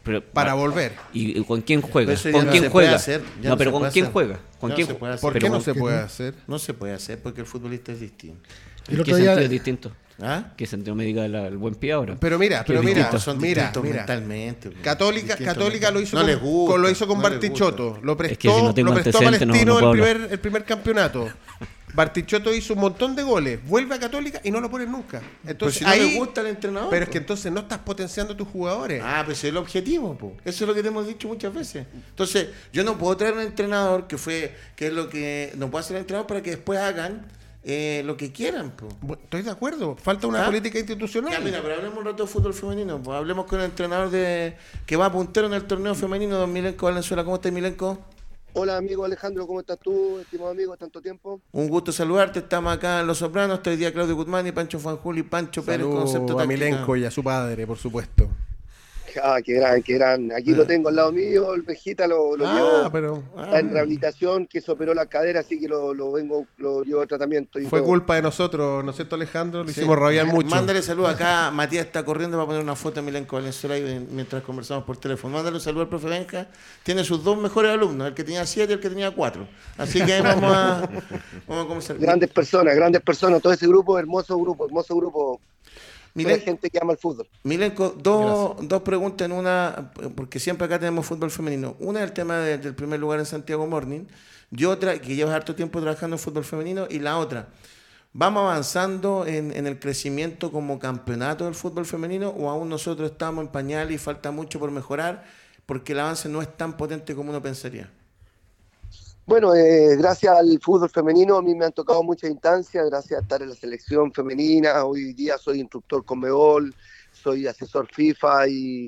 Pero, para volver. ¿Y, y con quién juega? Pero eso ya ¿Con no quién se puede juega? hacer, ya no, no pero se ¿con puede quién hacer. juega? ¿Con Ya quién no se puede hacer. ¿Por pero qué no con- se puede no? hacer? No se puede hacer porque el futbolista es distinto. El ¿En otro qué día- sentido es distinto? ¿Ah? ¿Qué sentido me diga la- el buen pie ahora? Pero mira, ¿Qué pero es mira, distinto? Son mira, distintos mira. mentalmente. Católica, Distintos Católica lo hizo no con, les gusta, con- lo hizo con no les Bartichotto. gusta. Lo prestó, Es que si no tengo lo prestó a antecedentes, no- Palestino no puedo el, hablar. primer, el primer campeonato. Bartichotto hizo un montón de goles, vuelve a Católica y no lo ponen nunca. Pero Entonces, si no ahí, le gusta el entrenador. pero es que po. entonces no estás potenciando a tus jugadores. Ah, pues ese es el objetivo, po. Eso es lo que te hemos dicho muchas veces. Entonces, yo no puedo traer un entrenador que fue, que es lo que no puedo hacer el entrenador para que después hagan eh, lo que quieran, po. Bueno, estoy de acuerdo, falta una ¿Ah? política institucional. Ya, mira, pero hablemos un rato de fútbol femenino. Pues hablemos con el entrenador de que va puntero en el torneo femenino, don Milenko Valenzuela. ¿Cómo estás, Milenko? Hola amigo Alejandro, ¿cómo estás tú, estimado amigo, tanto tiempo? Un gusto saludarte. Estamos acá en Los Sopranos. Estoy día Claudio Guzmán y Pancho Fanjul y Pancho Pérez, Concepto Saludos a Táctica. Milenko y a su padre, por supuesto. Ah, qué gran, qué gran. Aquí lo tengo al lado mío, el Vejita lo, lo Ah, llevo, pero está en rehabilitación, que se operó la cadera, así que lo, lo vengo, lo llevo a tratamiento. Y fue todo. culpa de nosotros, ¿no es cierto, Alejandro? Lo Sí. hicimos rabiar mucho. Mándale saludos acá. Matías está corriendo para poner una foto de Milenko Valenzuela ahí mientras conversamos por teléfono. Mándale un saludo al profe Benja. Tiene sus dos mejores alumnos, el que tenía siete y el que tenía cuatro. Así que ahí vamos a, vamos a comenzar. Grandes personas, grandes personas, todo ese grupo, hermoso grupo, hermoso grupo. Toda Milen- gente que ama el fútbol. Milenko, dos, dos preguntas en una, porque siempre acá tenemos fútbol femenino. Una es el tema de- del primer lugar en Santiago Morning, y otra, que llevas harto tiempo trabajando en fútbol femenino, y la otra, ¿vamos avanzando en, en el crecimiento como campeonato del fútbol femenino o aún nosotros estamos en pañales y falta mucho por mejorar porque el avance no es tan potente como uno pensaría? Bueno, eh, gracias al fútbol femenino a mí me han tocado muchas instancias, gracias a estar en la selección femenina, hoy día soy instructor Conmebol, soy asesor FIFA y,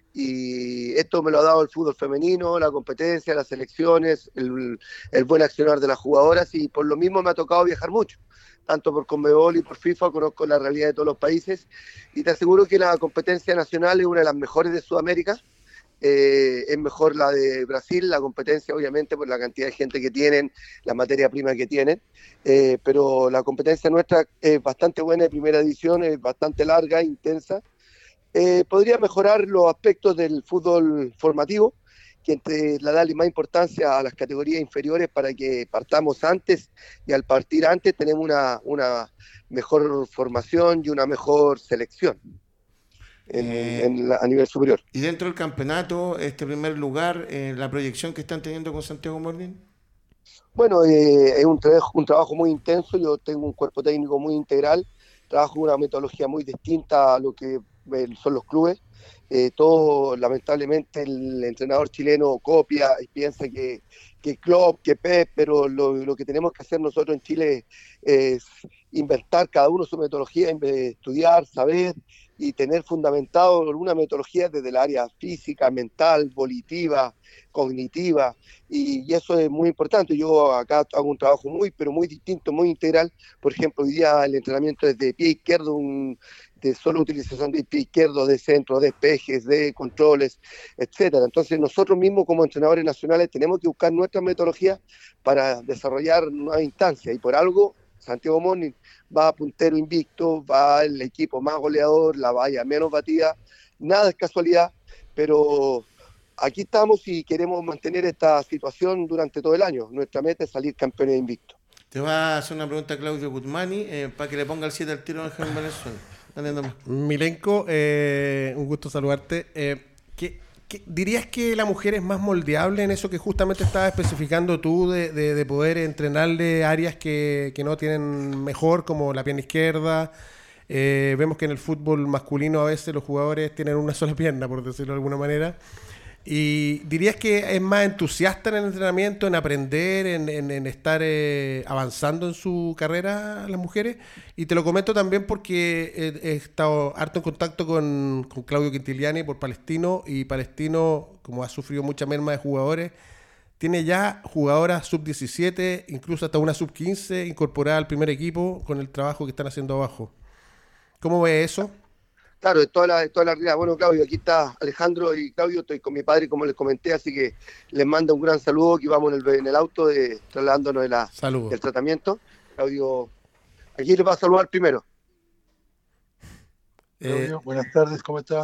y esto me lo ha dado el fútbol femenino, la competencia, las selecciones, el, el buen accionar de las jugadoras y por lo mismo me ha tocado viajar mucho, tanto por Conmebol y por FIFA, conozco la realidad de todos los países y te aseguro que la competencia nacional es una de las mejores de Sudamérica. Eh, es mejor la de Brasil, la competencia obviamente por la cantidad de gente que tienen, la materia prima que tienen, eh, pero la competencia nuestra es bastante buena de primera edición, es bastante larga, intensa. Eh, podría mejorar los aspectos del fútbol formativo, que entre la darle más importancia a las categorías inferiores para que partamos antes y al partir antes tenemos una, una mejor formación y una mejor selección. En, Eh, en la, a nivel superior. Y dentro del campeonato, este primer lugar, eh, la proyección que están teniendo con Santiago Morning. Bueno, eh, es un trabajo, un trabajo muy intenso, yo tengo un cuerpo técnico muy integral, trabajo una metodología muy distinta a lo que eh, son los clubes. Eh, todo, lamentablemente, el entrenador chileno copia y piensa que, que Klopp, que Pep, pero lo, lo que tenemos que hacer nosotros en Chile es inventar cada uno su metodología, estudiar, saber y tener fundamentado una metodología desde el área física, mental, volitiva, cognitiva, y, y eso es muy importante. Yo acá hago un trabajo muy, pero muy distinto, muy integral. Por ejemplo, hoy día el entrenamiento es de pie izquierdo, un, de solo utilización de pie izquierdo, de centro, de despejes, de controles, etcétera. Entonces nosotros mismos como entrenadores nacionales tenemos que buscar nuestras metodologías para desarrollar nuevas instancias, y por algo Santiago Morning va puntero invicto, va el equipo más goleador, la valla menos batida, nada es casualidad, pero aquí estamos y queremos mantener esta situación durante todo el año. Nuestra meta es salir campeones invictos. Te va a hacer una pregunta a Claudio Guzmani eh, para que le ponga el siete al tiro a Jaime Valenzuela. Dale, nomás. Milenko, eh, un gusto saludarte. Eh, ¿qué, qué, ¿Dirías que la mujer es más moldeable en eso que justamente estabas especificando tú, de, de, de poder entrenarle áreas que, que no tienen mejor, como la pierna izquierda? Eh, vemos que en el fútbol masculino a veces los jugadores tienen una sola pierna, por decirlo de alguna manera. ¿Y dirías que es más entusiasta en el entrenamiento, en aprender, en, en, en estar eh, avanzando en su carrera las mujeres? Y te lo comento también porque he, he estado harto en contacto con, con Claudio Quintiliani por Palestino, y Palestino, como ha sufrido mucha merma de jugadores, tiene ya jugadoras sub diecisiete, incluso hasta una sub quince incorporada al primer equipo con el trabajo que están haciendo abajo. ¿Cómo ves eso? Claro, de toda la, de toda la realidad. Bueno, Claudio, aquí está Alejandro y Claudio, estoy con mi padre, como les comenté, así que les mando un gran saludo, que vamos en el, en el auto de, trasladándonos de la, del tratamiento. Claudio, aquí les va a saludar primero. Claudio, eh, buenas tardes, ¿cómo estás?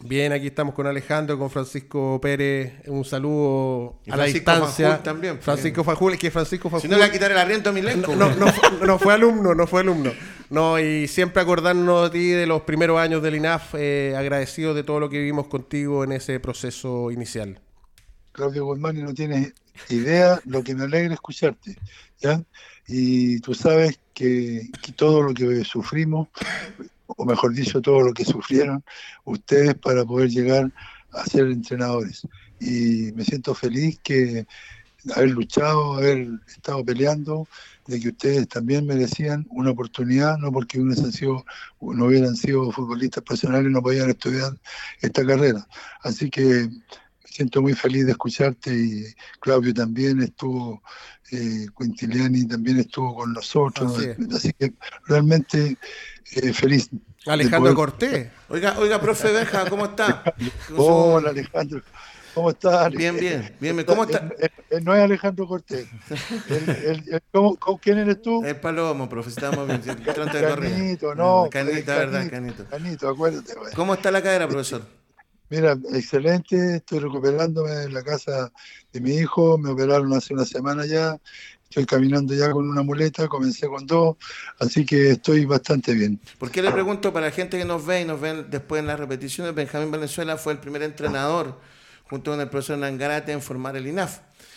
Bien, aquí estamos con Alejandro, con Francisco Pérez. Un saludo Y a la Francisco distancia. Fajul también. Francisco Fajul, es que Francisco Fajul. Si no le va a quitar el arriendo a Milenko. No, no, no, no fue alumno, no fue alumno. No, y siempre acordarnos de ti de los primeros años del I N A F, eh, agradecidos de todo lo que vivimos contigo en ese proceso inicial. Claudio Guzmán, no tienes idea lo que me alegra escucharte, ¿ya? Y tú sabes que, que todo lo que sufrimos, o mejor dicho, todo lo que sufrieron ustedes para poder llegar a ser entrenadores. Y me siento feliz que haber luchado, haber estado peleando, de que ustedes también merecían una oportunidad, no porque hubiesen sido, no hubieran sido futbolistas profesionales, no podían estudiar esta carrera. Así que me siento muy feliz de escucharte, y Claudio también estuvo, eh, Quintiliani también estuvo con nosotros, Así es. así que realmente eh, feliz. Alejandro poder... Cortés. Oiga, oiga, profe Benja, ¿cómo está? Hola, Alejandro. ¿Cómo estás? Bien, bien, bien. ¿Cómo está? Eh, eh, no es Alejandro Cortés. El, el, el, ¿cómo, cómo, ¿Quién eres tú? El Palomo, profe, estamos bien. Canito, no. Canita, verdad, Canito. Canito, acuérdate. Wey. ¿Cómo está la cadera, profesor? Mira, excelente. Estoy recuperándome en la casa de mi hijo. Me operaron hace una semana ya. Estoy caminando ya con una muleta, comencé con dos, así que estoy bastante bien. ¿Por qué le pregunto para la gente que nos ve y nos ven después en las repeticiones? Benjamín Valenzuela fue el primer entrenador, junto con el profesor Nangarate, en formar el I N A F.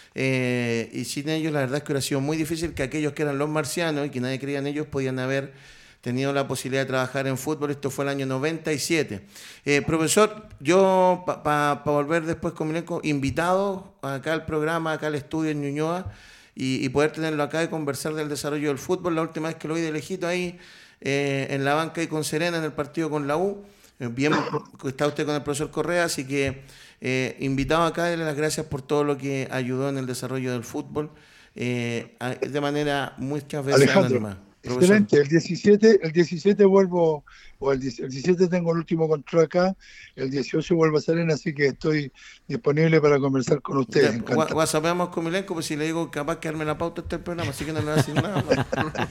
Eh, y sin ellos, la verdad es que hubiera sido muy difícil que aquellos que eran los marcianos y que nadie creía en ellos podían haber tenido la posibilidad de trabajar en fútbol. Esto fue el año noventa y siete. Eh, profesor, yo, para pa, pa volver después con Milenko, invitado acá al programa, acá al estudio en Ñuñoa, Y, y poder tenerlo acá y conversar del desarrollo del fútbol. La última vez que lo vi de lejito ahí, eh, en la banca y con Serena, en el partido con la U. Eh, bien, está usted con el profesor Correa, así que eh, invitado acá, darle las gracias por todo lo que ayudó en el desarrollo del fútbol, eh, a, de manera muchas veces Alejandro, anónima. Excelente, el diecisiete, el diecisiete vuelvo, o el, el diecisiete tengo el último control acá, el dieciocho vuelvo a Serena, así que estoy disponible para conversar con ustedes. Whatsappeamos con Milenko, pues si le digo capaz que arme la pauta este programa, así que no le voy a decir nada más.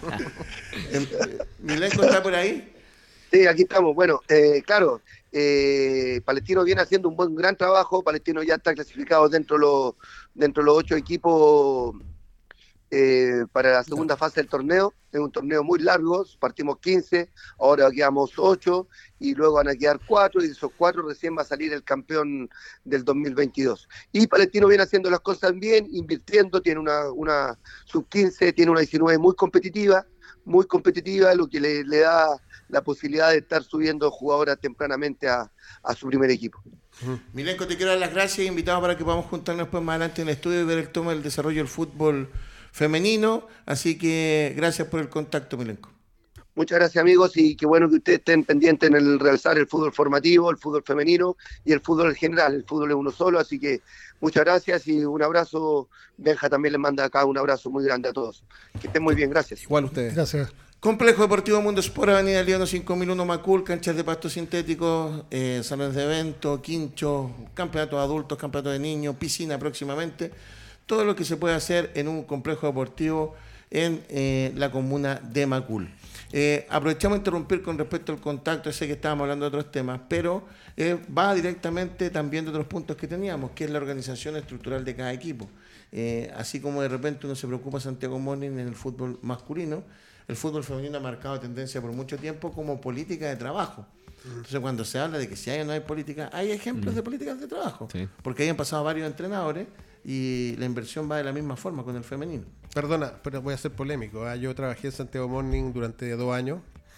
¿Milenko está por ahí? Sí, aquí estamos. Bueno, eh, claro, eh, Palestino viene haciendo un buen gran trabajo. Palestino ya está clasificado dentro de los, dentro de los ocho equipos Eh, para la segunda fase del torneo. Es un torneo muy largo, partimos quince, ahora quedamos ocho y luego van a quedar cuatro, y de esos cuatro recién va a salir el campeón del dos mil veintidós. Y Palestino viene haciendo las cosas bien, invirtiendo, tiene una, una sub quince, tiene una diecinueve muy competitiva, muy competitiva, lo que le, le da la posibilidad de estar subiendo jugadoras tempranamente a, a su primer equipo. Uh-huh. Milenko, te quiero dar las gracias, invitado para que podamos juntarnos después más adelante en el estudio y ver el toma del desarrollo del fútbol femenino, así que gracias por el contacto, Milenko. Muchas gracias, amigos, y qué bueno que ustedes estén pendientes en el realizar el fútbol formativo, el fútbol femenino y el fútbol en general. El fútbol es uno solo, así que muchas gracias y un abrazo. Benja también les manda acá un abrazo muy grande a todos. Que estén muy bien, gracias. Igual ustedes. Gracias. Complejo Deportivo Mundo Sport, Avenida Líbano cinco mil uno Macul, canchas de pasto sintéticos, eh, salones de eventos, quinchos, campeonatos de adultos, campeonatos de niños, piscina próximamente. Todo lo que se puede hacer en un complejo deportivo en eh, la comuna de Macul. Eh, aprovechamos de interrumpir con respecto al contacto, sé que estábamos hablando de otros temas, pero eh, va directamente también de otros puntos que teníamos, que es la organización estructural de cada equipo. Eh, así como de repente uno se preocupa, Santiago Morning, en el fútbol masculino, el fútbol femenino ha marcado tendencia por mucho tiempo como política de trabajo. Entonces, cuando se habla de que si hay o no hay política, hay ejemplos de políticas de trabajo, sí. Porque ahí han pasado varios entrenadores y la inversión va de la misma forma con el femenino. Perdona, pero voy a ser polémico, ¿eh? Yo trabajé en Santiago Morning durante dos años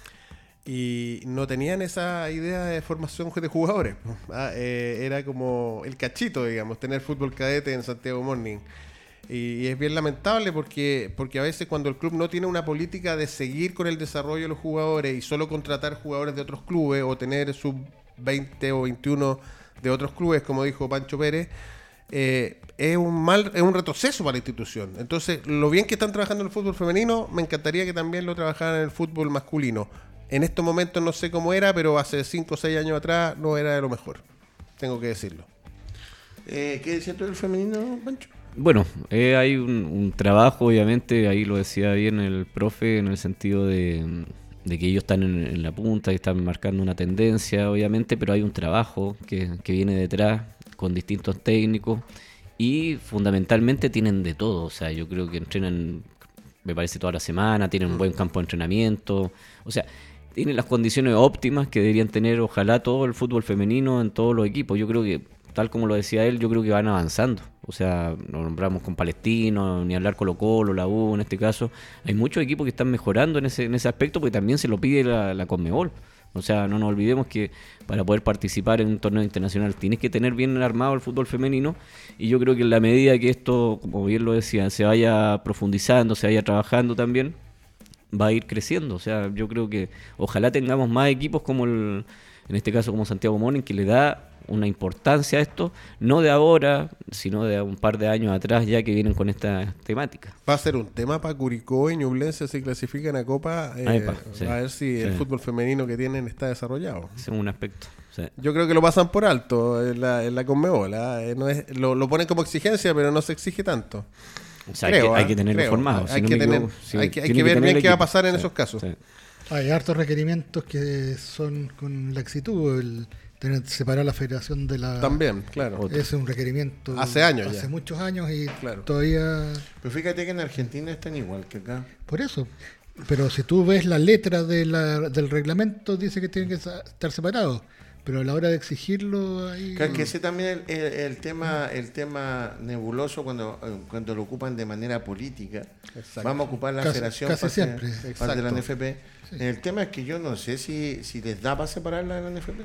y no tenían esa idea de formación de jugadores. Ah, eh, era como el cachito, digamos, tener fútbol cadete en Santiago Morning. Y, y es bien lamentable porque, porque a veces cuando el club no tiene una política de seguir con el desarrollo de los jugadores y solo contratar jugadores de otros clubes o tener sub veinte o veintiuno de otros clubes, como dijo Pancho Pérez, eh, es un mal, es un retroceso para la institución. Entonces, lo bien que están trabajando en el fútbol femenino, me encantaría que también lo trabajaran en el fútbol masculino. En estos momentos no sé cómo era, pero hace cinco o seis años atrás no era de lo mejor. Tengo que decirlo. Eh, ¿Qué decías tú del femenino, Pancho? Bueno, eh, hay un, un trabajo, obviamente, ahí lo decía bien el profe, en el sentido de, de que ellos están en, en la punta, que están marcando una tendencia, obviamente, pero hay un trabajo que, que viene detrás con distintos técnicos y fundamentalmente tienen de todo. O sea, yo creo que entrenan, me parece, toda la semana, tienen un buen campo de entrenamiento. O sea, tienen las condiciones óptimas que deberían tener, ojalá, todo el fútbol femenino en todos los equipos. Yo creo que, tal como lo decía él, yo creo que van avanzando. O sea, nos nombramos con Palestino, ni hablar Colo-Colo, la U en este caso. Hay muchos equipos que están mejorando en ese, en ese aspecto porque también se lo pide la, la Conmebol. O sea, no nos olvidemos que para poder participar en un torneo internacional tienes que tener bien armado el fútbol femenino, y yo creo que en la medida que esto, como bien lo decía, se vaya profundizando, se vaya trabajando también, va a ir creciendo. O sea, yo creo que ojalá tengamos más equipos como el, en este caso como Santiago Morning, que le da una importancia a esto, no de ahora, sino de un par de años atrás ya que vienen con esta temática. Va a ser un tema para Curicó y Ñublense si clasifican a Copa, eh, Ahí va, sí, a ver si sí. el fútbol femenino que tienen está desarrollado. Ese es un aspecto. Sí. Yo creo que lo pasan por alto en la, en la Conmebol, ¿eh? No es, lo, lo ponen como exigencia, pero no se exige tanto. O sea, Creo, hay, que, hay ¿eh? que tenerlo Creo. formado. Hay, si no que me tener, equivoco, sí, hay que, hay tiene que ver tener bien el qué va a equipo. pasar en Sí, esos casos. sí. Hay hartos requerimientos que son con laxitud, el tener separar la federación de la... También, claro. Otro. Es un requerimiento... Hace años Hace ya. muchos años y Claro. todavía... Pero fíjate que en Argentina están igual que acá. Por eso. Pero si tú ves la letra de la, del reglamento, dice que tienen que sa- estar separados. Pero a la hora de exigirlo... Ahí... Claro, que ese también es el, el- el tema el tema nebuloso cuando, eh, cuando lo ocupan de manera política. Exacto. Vamos a ocupar la Casi- federación casi para hacer- siempre. para de la Exacto. N F P. El tema es que yo no sé si, si les da para separarla de la N F P.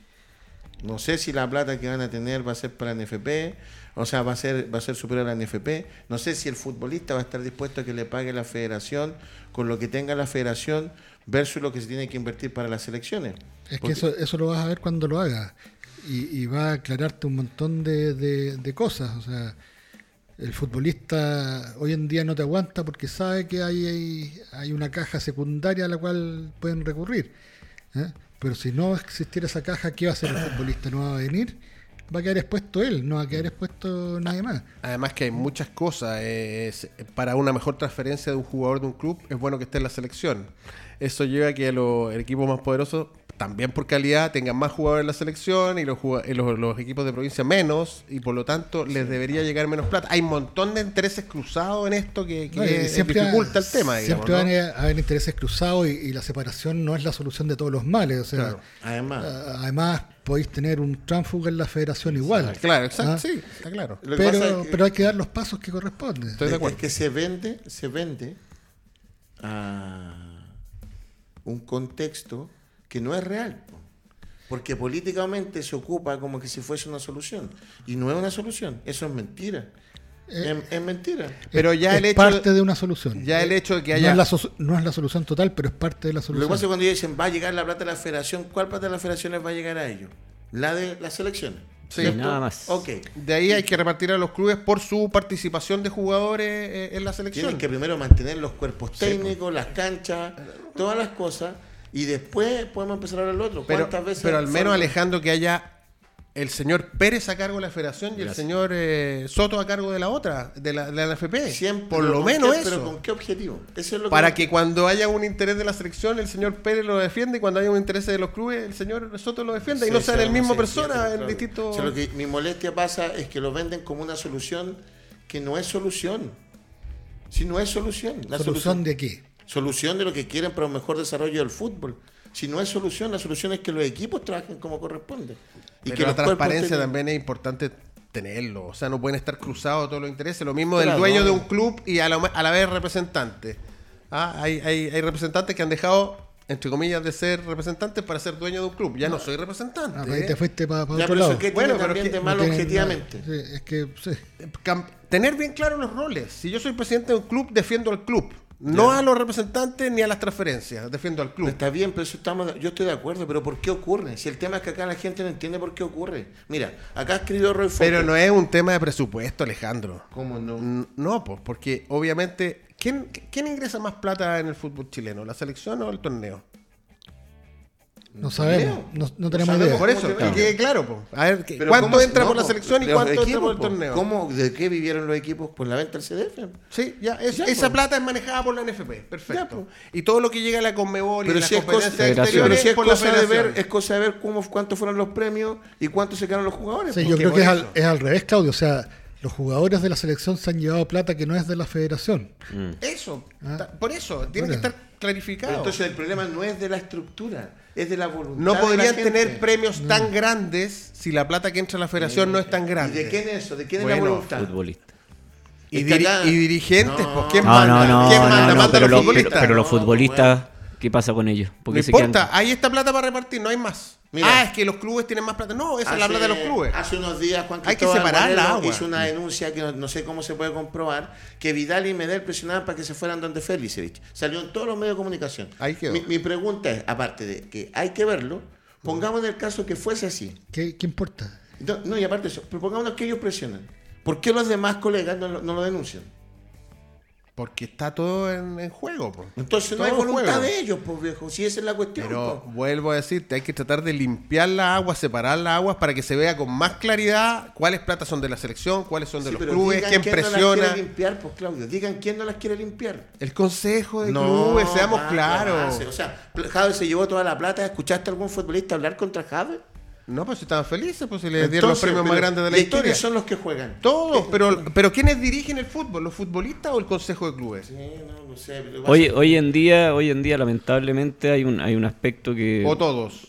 No sé si la plata que van a tener va a ser para la N F P, o sea, va a ser va a ser superior a la N F P. No sé si el futbolista va a estar dispuesto a que le pague la federación con lo que tenga la federación versus lo que se tiene que invertir para las selecciones. Es que Porque- eso, eso lo vas a ver cuando lo hagas. Y, y va a aclararte un montón de, de, de cosas. O sea, el futbolista hoy en día no te aguanta porque sabe que hay, hay, hay una caja secundaria a la cual pueden recurrir. ¿eh? Pero si no existiera esa caja, ¿qué va a hacer el futbolista? ¿No va a venir? Va a quedar expuesto él, no va a quedar expuesto nadie más. Además que hay muchas cosas. eh, es- para una mejor transferencia de un jugador de un club es bueno que esté en la selección. Eso lleva a que lo- el equipo más poderoso, también por calidad, tengan más jugadores en la selección y los, jugad- y los, los equipos de provincia menos, y por lo tanto les debería llegar menos plata. Hay un montón de intereses cruzados en esto que, que No, y dificulta el tema. Digamos, siempre ¿no? van a haber intereses cruzados y, y la separación no es la solución de todos los males. O sea, Claro. Además, a- además podéis tener un tránfuga en la federación igual. Claro, exacto, ¿ah? sí, está claro. lo que pasa Pero, es que- pero hay que dar los pasos que corresponden. Estoy de es, acuerdo. es que se vende, se vende a un contexto que no es real, po. Porque políticamente se ocupa como que si fuese una solución, y no es una solución, eso es mentira. Eh, es, es mentira. Pero ya es el hecho parte de una solución. ya el hecho de que no, haya es la so- no es la solución total, pero es parte de la Lo que solución. pasa es cuando ellos dicen va a llegar la plata de la federación, ¿cuál plata de las federaciones va a llegar a ellos? La de las selecciones. Sí, ¿cierto? nada más. Ok. de ahí hay que repartir a los clubes por su participación de jugadores eh, en la selección. Tienen que primero mantener los cuerpos técnicos, las canchas, todas las cosas, y después podemos empezar a hablar del otro. Pero, ¿Cuántas veces pero al menos, fueron- Alejandro, que haya el señor Pérez a cargo de la federación y el Gracias. señor eh, Soto a cargo de la otra, de la, de la N F P. Siempre, por pero lo ¿con menos qué- eso. Pero ¿con qué objetivo? Eso es lo Para no- que cuando haya un interés de la selección, el señor Pérez lo defiende, y cuando haya un interés de los clubes, el señor Soto lo defienda, y Sí, no sean sí, el mismo sí, persona sí, en claro. distintos... O sea, lo que mi molestia pasa es que lo venden como una solución que no es solución. Si no es solución. La ¿Solución de qué? solución de lo que quieren para un mejor desarrollo del fútbol. Si no es solución, la solución es que los equipos trabajen como corresponde. Y Pero que la los cuerpos transparencia tengan- también es importante tenerlo. O sea, no pueden estar cruzados todos los intereses. Lo mismo Claro, del dueño no. de un club y a la, a la vez representante. Ah, hay, hay, hay representantes que han dejado, entre comillas, de ser representantes para ser dueño de un club. Ya no soy representante. Ah, ahí te fuiste para Ya, otro pero eso lado. que Bueno, tiene pero también es que de malo No tienen objetivamente. nada. Sí, es que sí. Cam- Tener bien claro los roles. Si yo soy presidente de un club, defiendo al club. No Ya. a los representantes ni a las transferencias. Defiendo al club. Está bien, pero eso estamos, yo estoy de acuerdo, pero ¿por qué ocurre? Si el tema es que acá la gente no entiende por qué ocurre. Mira, acá escribió Roy Fokker. Pero no es un tema de presupuesto, Alejandro. ¿Cómo no? N- No, pues, porque obviamente, ¿quién, ¿quién ingresa más plata en el fútbol chileno? ¿La selección o el torneo? No sabemos, no, no tenemos sabemos idea. Por eso, ¿Cómo que te va? quede claro. Po. A ver, que- Pero ¿cuánto ¿cómo- entra no, por la po, selección y los cuánto entra equipos, por el po? torneo? ¿Cómo, ¿De qué vivieron los equipos? Por la venta del C D F. Sí, ya, es- Ya, esa po. plata es manejada por la N F P, perfecto. Ya, po. Y todo lo que llega a la Conmebol y Pero las si es cosa, competencias Federación. pero exteriores si es por la cosa de ver, federación. es cosa de ver cómo, cuántos fueron los premios y cuántos se quedaron los jugadores. Sí, po. yo porque creo por que es al, eso. es al revés, Claudio. O sea, los jugadores de la selección se han llevado plata que no es de la federación. Mm. Eso, Ah. ta- por eso, tiene que Bueno. estar clarificado. Pero entonces el problema no es de la estructura, es de la voluntad. No de la podrían gente. tener premios tan grandes si la plata que entra a la federación no es tan grande. ¿Y de quién es eso? ¿De quién es Bueno, la voluntad? Futbolista. Y, Es que diri- acá- y dirigentes, No, pues ¿quién No, manda? no, no, ¿Quién no, manda? no, Manda pero, los los- futbolistas. pero- pero los No, futbolistas, ¿qué pasa con ellos? No Porque se importa, quedan- ahí está plata para repartir, no hay más. Mira. ah, es que los clubes tienen más plata. No, esa es la plata de los clubes. Hace unos días Juan Hay que Cristóbal separar la Moreno agua. hizo una denuncia que no, no sé cómo se puede comprobar, que Vidal y Medel presionaban para que se fueran donde Felicevich. Salió en todos los medios de comunicación. Ahí quedó. Mi, mi pregunta es, aparte de que hay que verlo, pongamos en el caso que fuese así. ¿Qué, qué importa? No, no, y aparte de eso, pero pongámonos que ellos presionan. ¿Por qué los demás colegas no, lo- no lo denuncian? Porque está todo en, en juego. Po. Entonces no Todo hay en voluntad juego. de ellos, pues viejo, si esa es la cuestión. Pero po. vuelvo a decirte, hay que tratar de limpiar las aguas, separar las aguas para que se vea con más claridad cuáles platas son de la selección, cuáles son de Sí, los pero clubes, digan quién quién no las presiona. quiere limpiar, pues Claudio, digan quién no las quiere limpiar. El consejo de clubes, seamos Paco, claros. avance. O sea, Jave se llevó toda la plata. ¿Escuchaste a algún futbolista hablar contra Jave? No, pues si estaban felices, pues si les dieron los Entonces, premios más pero, grandes de la ¿y historia. quiénes son los que juegan? Todos, pero, pero ¿quiénes dirigen el fútbol? ¿Los futbolistas o el consejo de clubes? Sí, no, no sé, pero Hoy, pasa- hoy en día, hoy en día lamentablemente hay un, hay un aspecto que O todos.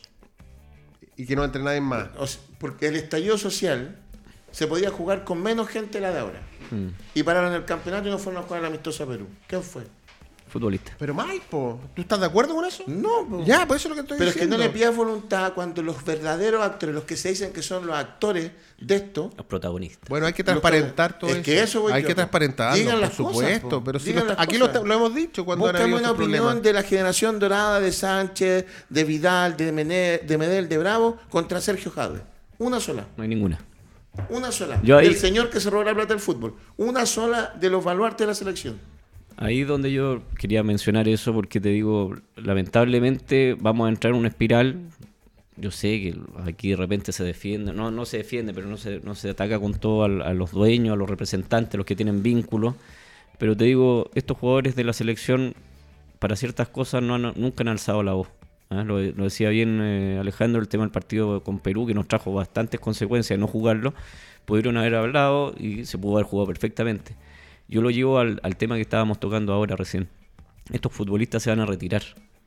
Y que no entre nadie más. o sea, porque el estallido social se podía jugar con menos gente de la de ahora. Mm. Y pararon el campeonato y no fueron a jugar al amistoso a Perú. ¿Quién fue? futbolista. Pero mal, po. ¿Tú estás de acuerdo con eso? No, po. Ya, pues eso es lo que estoy Pero es que diciendo. no le pidas voluntad cuando los verdaderos actores, los que se dicen que son los actores de esto, Los protagonistas. Bueno, hay que transparentar todo Es eso. que eso voy hay yo, que po. transparentarlo, Digan por las cosas, supuesto. po. Pero si Digan lo- las aquí lo, cosas. lo hemos dicho cuando han búscame habido una estos opinión problemas. de la generación dorada de Sánchez, de Vidal, de, Mene- de Medel, de Bravo, contra Sergio Jadwe. Una sola. No hay ninguna. Una sola. Yo ahí- Del señor que se robó la plata del fútbol. Una sola de los baluartes de la selección. Ahí es donde yo quería mencionar eso porque te digo, lamentablemente vamos a entrar en una espiral. Yo sé que aquí de repente se defiende, no, no se defiende, pero no se, no se ataca con todo al- a, los dueños, a los representantes, los que tienen vínculos. Pero te digo, estos jugadores de la selección para ciertas cosas no han- nunca han alzado la voz. ¿ah? Lo, lo decía bien eh, Alejandro, el tema del partido con Perú, que nos trajo bastantes consecuencias de no jugarlo. Pudieron haber hablado y se pudo haber jugado perfectamente. Yo lo llevo al, al tema que estábamos tocando ahora recién. Estos futbolistas se van a retirar.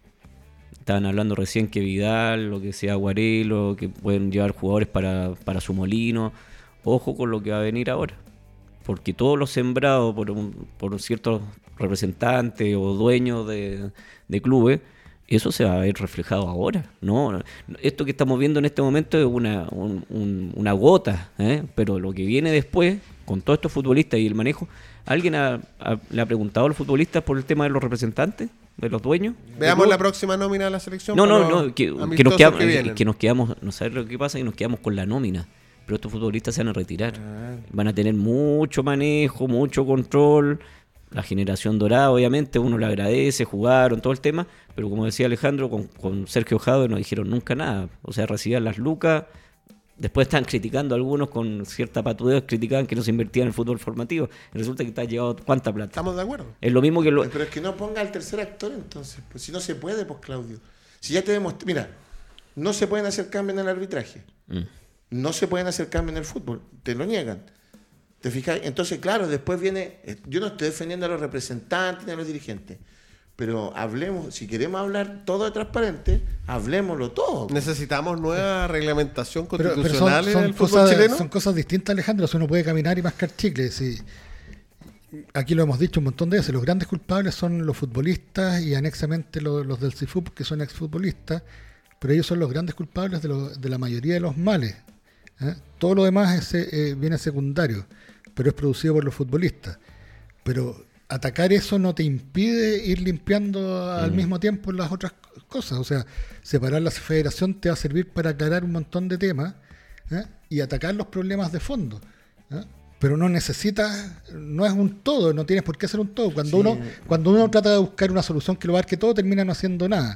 Estaban hablando recién que Vidal, lo que sea Guarelo, que pueden llevar jugadores para, para su molino. Ojo con lo que va a venir ahora. Porque todo lo sembrado por, un- por ciertos representantes o dueños de, de clubes, eso se va a ver reflejado ahora. ¿no? Esto que estamos viendo en este momento es una, un- un- una gota, ¿eh? Pero lo que viene después, con todos estos futbolistas y el manejo, ¿alguien ha- ha- le ha preguntado a los futbolistas por el tema de los representantes, de los dueños? Veamos ¿De la club? próxima nómina de la selección. No, para no, los no, que, que nos amistosos quedamos, que que, vienen. nos quedamos, no sabes lo que pasa, que nos quedamos con la nómina. Pero estos futbolistas se van a retirar. Ah. Van a tener mucho manejo, mucho control. La generación dorada, obviamente, uno le agradece, jugaron, todo el tema. Pero como decía Alejandro, con, con Sergio Jadwe no dijeron nunca nada. O sea, recibían las lucas. Después están criticando a algunos con cierta patudez, criticaban que no se invertía en el fútbol formativo. Y resulta que te ha llevado cuánta plata. Estamos de acuerdo. Es lo mismo que lo... Pero es que no ponga al tercer actor entonces. Pues si no se puede, pues Claudio. Si ya te demostré. Mira, no se pueden hacer cambios en el arbitraje. Mm. No se pueden hacer cambios en el fútbol. Te lo niegan. ¿Te fijas? Entonces, claro, después viene. eh, Yo no estoy defendiendo a los representantes ni a los dirigentes. Pero hablemos, si queremos hablar todo de transparente, hablemoslo todo. Necesitamos nueva reglamentación Pero, pero constitucional son, son en el fútbol cosas, chileno. son cosas distintas, Alejandro. Si uno puede caminar y mascar chicles. Y aquí lo hemos dicho un montón de veces. Los grandes culpables son los futbolistas y anexamente los, los del CIFUP, que son exfutbolistas. Pero ellos son los grandes culpables de, lo- de la mayoría de los males. ¿eh? Todo lo demás es, eh, viene secundario, pero es producido por los futbolistas. Pero atacar eso no te impide ir limpiando al mismo tiempo las otras cosas. O sea, separar la federación te va a servir para aclarar un montón de temas, ¿eh? y atacar los problemas de fondo. ¿eh? Pero no necesitas, no es un todo, no tienes por qué ser un todo. Cuando Sí. uno cuando uno trata de buscar una solución que lo abarque todo, termina no haciendo nada.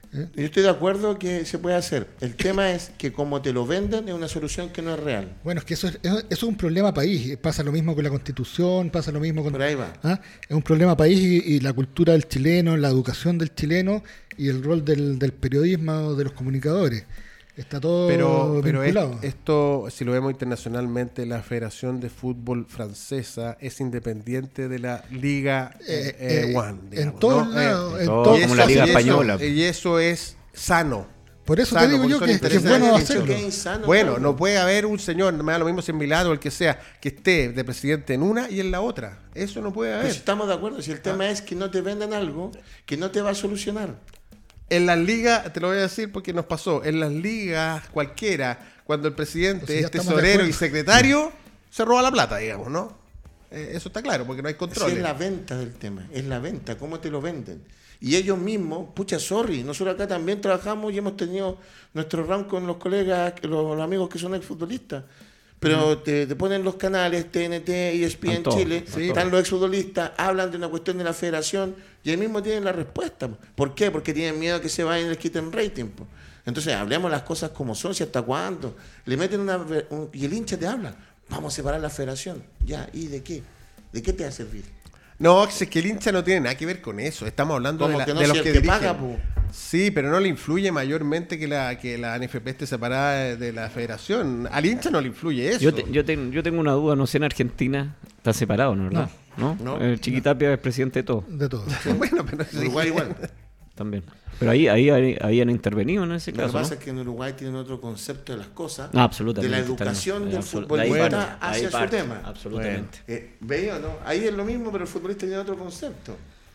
¿Eh? Yo estoy de acuerdo que se puede hacer. El tema es que como te lo venden es una solución que no es real. Bueno, es que eso es, eso es un problema país. Pasa lo mismo con la Constitución, pasa lo mismo con... Por ahí va. ¿Ah? Es un problema país y, y la cultura del chileno, la educación del chileno y el rol del, del periodismo, de los comunicadores. Está todo Pero, pero es- vinculado. esto, si lo vemos internacionalmente, la Federación de Fútbol Francesa es independiente de la Liga eh, Eh, eh, eh, One. en digamos, todos ¿no? lados, Eh, en todo todos- como la Liga y eso- Española. Y eso es sano. Por eso Sano, te digo porque yo son que, que es interesantes. bueno He dicho hacerlo. que es insano, Bueno, claro. no puede haber un señor, me da lo mismo si en Milán o el que sea, que esté de presidente en una y en la otra. Eso no puede Pero haber. si estamos de acuerdo, si el tema es que no te vendan algo que no te va a solucionar. En las ligas, te lo voy a decir porque nos pasó, en las ligas cualquiera, cuando el presidente Pues si ya es estamos de tesorero acuerdo. y secretario, se roba la plata, digamos, ¿no? Eh, eso está claro, porque no hay Si control. es la venta del tema, es la venta, cómo te lo venden. Y ellos mismos, pucha, sorry, nosotros acá también trabajamos y hemos tenido nuestro round con los colegas, los, los amigos que son exfutbolistas. Pero te, te ponen los canales, T N T, E S P N Están todos, Chile, están están los exfutbolistas, hablan de una cuestión de la federación y ahí mismo tienen la respuesta. ¿Por qué? Porque tienen miedo a que se vayan y les quiten rating. po. Entonces, hablemos las cosas como son, si hasta cuándo. Le meten una... un- y el hincha te habla, vamos a separar la federación. Ya, ¿y de qué? ¿De qué te va a servir? No, es que el hincha no tiene nada que ver con eso. Estamos hablando de, Como la- que no, de los si el que que dirigen. paga, po. Sí, pero no le influye mayormente que la, que la N F P esté separada de, de la federación. Al hincha no le influye eso. Yo, te- yo, ten- yo tengo una duda, no sé, en Argentina está separado, ¿no? ¿Verdad? ¿No? No. El Chiquitapia es presidente de todo, De todo. Bueno, pero sí. Uruguay igual. también. Pero ahí, ahí, ahí, ahí han intervenido en ese Lo que caso, pasa ¿no? es que en Uruguay tienen otro concepto de las cosas, No, absolutamente. de la educación está- del absol- futbolista de ahí parte, hacia ahí su parte, tema. Absolutamente. Eh, ¿Veis o no? Ahí es lo mismo, pero el futbolista tiene otro concepto.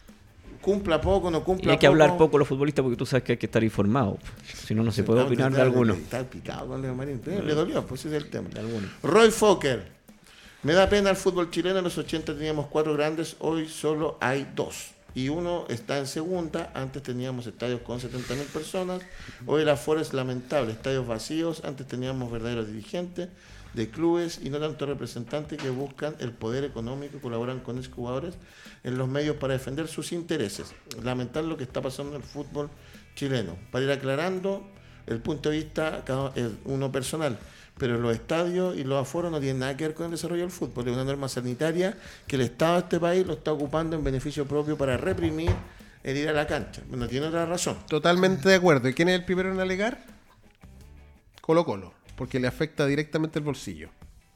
Cumpla poco, no Y cumpla hay que poco. hablar poco los futbolistas porque tú sabes que hay que estar informado. Si no, no se puede Está- opinar de está- alguno. Está picado con Leo Marín. Eh, Le dolió, pues ese es el tema. De alguno. Roy Fokker. Me da pena el fútbol chileno. En los ochenta teníamos cuatro grandes, hoy solo hay dos. Y uno está en segunda. Antes teníamos estadios con setenta mil personas. Hoy el aforo es lamentable. Estadios vacíos. Antes teníamos verdaderos dirigentes de clubes y no tanto representantes que buscan el poder económico y colaboran con exjugadores en los medios para defender sus intereses. Lamentar lo que está pasando en el fútbol chileno. Para ir aclarando el punto de vista cada uno personal. Pero los estadios y los aforos no tienen nada que ver con el desarrollo del fútbol. Es una norma sanitaria que el Estado de este país lo está ocupando en beneficio propio para reprimir el ir a la cancha. No tiene otra razón. Totalmente de acuerdo. ¿Y quién es el primero en alegar? Colo Colo, porque le afecta directamente el bolsillo.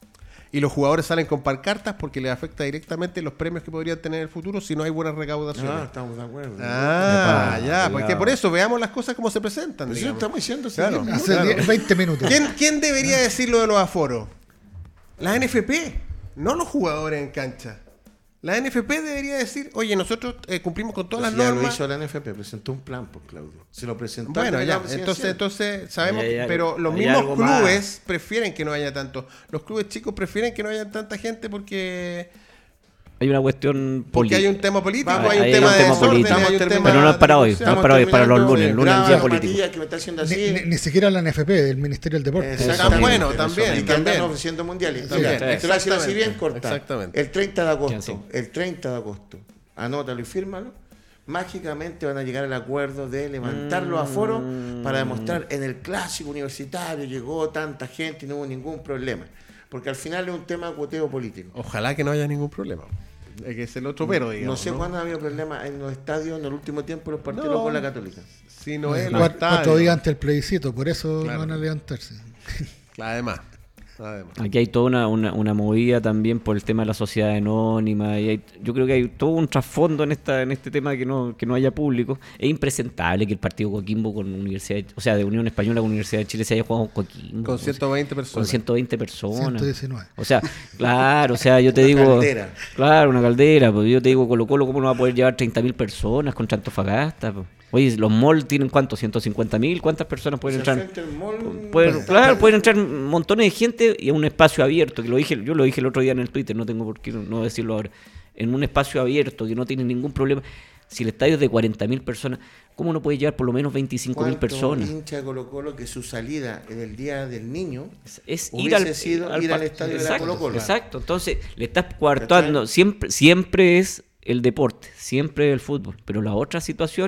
Y los jugadores salen con pancartas porque les afecta directamente los premios que podrían tener en el futuro si no hay buenas recaudaciones. Ah, estamos de acuerdo. Ah, Epa, ya, cuidado. porque por eso veamos las cosas como se presentan. Eso digamos. estamos diciendo. Claro. sí, Hace Claro. diez, veinte minutos. ¿Quién, quién debería decir lo de los aforos? La N F P, no los jugadores en cancha. La N F P debería decir, oye, nosotros eh, cumplimos con todas Pues las ya lo normas. hizo la N F P, presentó un plan, pues Claudio. Se lo presentó. Bueno, al ya, delegado entonces, presidencial. entonces sabemos, Ahí hay que- algo- pero los ahí hay mismos algo más. clubes prefieren que no haya tanto. Los clubes chicos prefieren que no haya tanta gente porque, Hay una cuestión porque hay política. un tema político, Vamos, hay un hay tema un de tema desorden, político. hay un Estamos tema Pero no es para hoy, de no es Estamos para hoy, para los terminando, lunes. El lunes graba es día la político. Matías que me está haciendo Ni, así. ni- ni siquiera la N F P, el Ministerio del Deporte. Exactamente. Tan bueno, también, Y que andan también. ofreciendo mundiales. También, Mira, te lo voy a decir así bien exactamente, corta. exactamente. El treinta de agosto, Sí, sí. el treinta de agosto, anótalo y fírmalo. Mágicamente van a llegar al acuerdo de levantar los aforos para demostrar en el clásico universitario llegó tanta gente y no hubo ningún problema. Porque al final es un tema de cuoteo político. Ojalá que no haya ningún problema. Es que es el otro pero, digamos. No sé cuándo ha habido problemas en los estadios en el último tiempo los partidos No. con la Católica. Si no es los Cuatro, cuatro estadios. días antes del plebiscito, por eso Claro. no van a levantarse. Además, además. Aquí hay toda una, una, una movida también por el tema de la sociedad anónima. Y hay- yo creo que hay todo un trasfondo en esta en este tema que no que no haya público. Es impresentable que el partido Coquimbo con Universidad, de- o sea, de Unión Española con Universidad de Chile se haya jugado con Coquimbo. Con o sea, ciento veinte con personas. ciento veinte personas. ciento diecinueve. O sea, claro, o sea, yo te Una digo. caldera. Claro, una caldera. Pues yo te digo, Colo Colo, ¿cómo no va a poder llevar treinta mil personas contra Antofagasta? Pues? Oye, los malls tienen ¿cuánto? ¿ciento cincuenta mil? ¿Cuántas personas pueden Se entrar? enfrenta el mall- Pueden, claro, pueden entrar montones de gente y en un espacio abierto, que lo dije, yo lo dije el otro día en el Twitter, no tengo por qué no decirlo ahora. En un espacio abierto que no tiene ningún problema. Si el estadio es de cuarenta mil personas, ¿cómo no puede llevar por lo menos veinticinco mil ¿Cuántos personas? hinchas de Colo Colo que su salida en el día del niño Es, es ir hubiese al, sido ir al par- estadio de la exacto, Colo Colo? Exacto, entonces le estás coartando, siempre, siempre es el deporte, siempre es el fútbol, pero las otras situaciones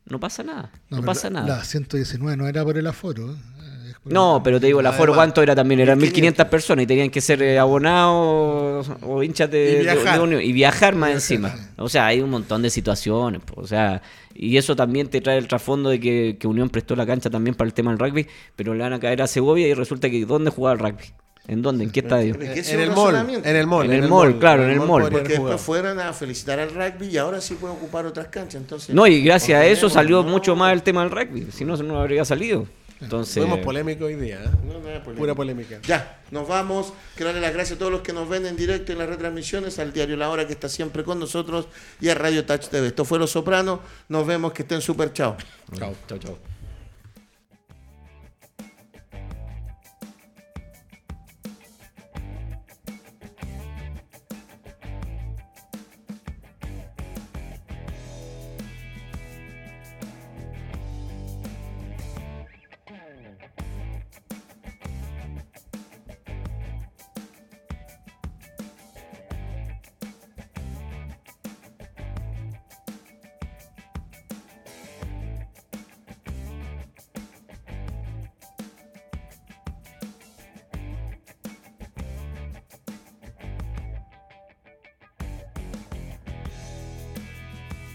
no pasa nada. No, No, pero pasa la, nada. La ciento diecinueve no era por el aforo. ¿eh? Es por No, el- pero te digo, el aforo, Además, ¿cuánto era también? Eran mil quinientos mil quinientas personas y tenían que ser eh, abonados o hinchas de, Y de- viajar. de Unión y viajar más viajar, encima. sí. O sea, hay un montón de situaciones. po, O sea, y eso también te trae el trasfondo de que, que Unión prestó la cancha también para el tema del rugby, pero le van a caer a Segovia y resulta que ¿dónde jugaba el rugby? ¿En dónde? ¿En qué estadio? Pero es que ese En es el un mall, razonamiento. en el mall. En el mall, claro, en el mall. podrían Porque jugar. después fueron a felicitar al rugby y ahora sí puede ocupar otras canchas. Entonces, No, y gracias a eso ordenemos, salió no. mucho más el tema del rugby. Si no, no habría salido. Entonces, Fuimos polémicos hoy día, ¿eh? No, no hay problema. Pura polémica. Ya, nos vamos. Quiero darle las gracias a todos los que nos ven en directo en las retransmisiones, al diario La Hora que está siempre con nosotros y a Radio Touch T V. Esto fue Los Sopranos. Nos vemos, que estén súper chao. Chao. chao, chao.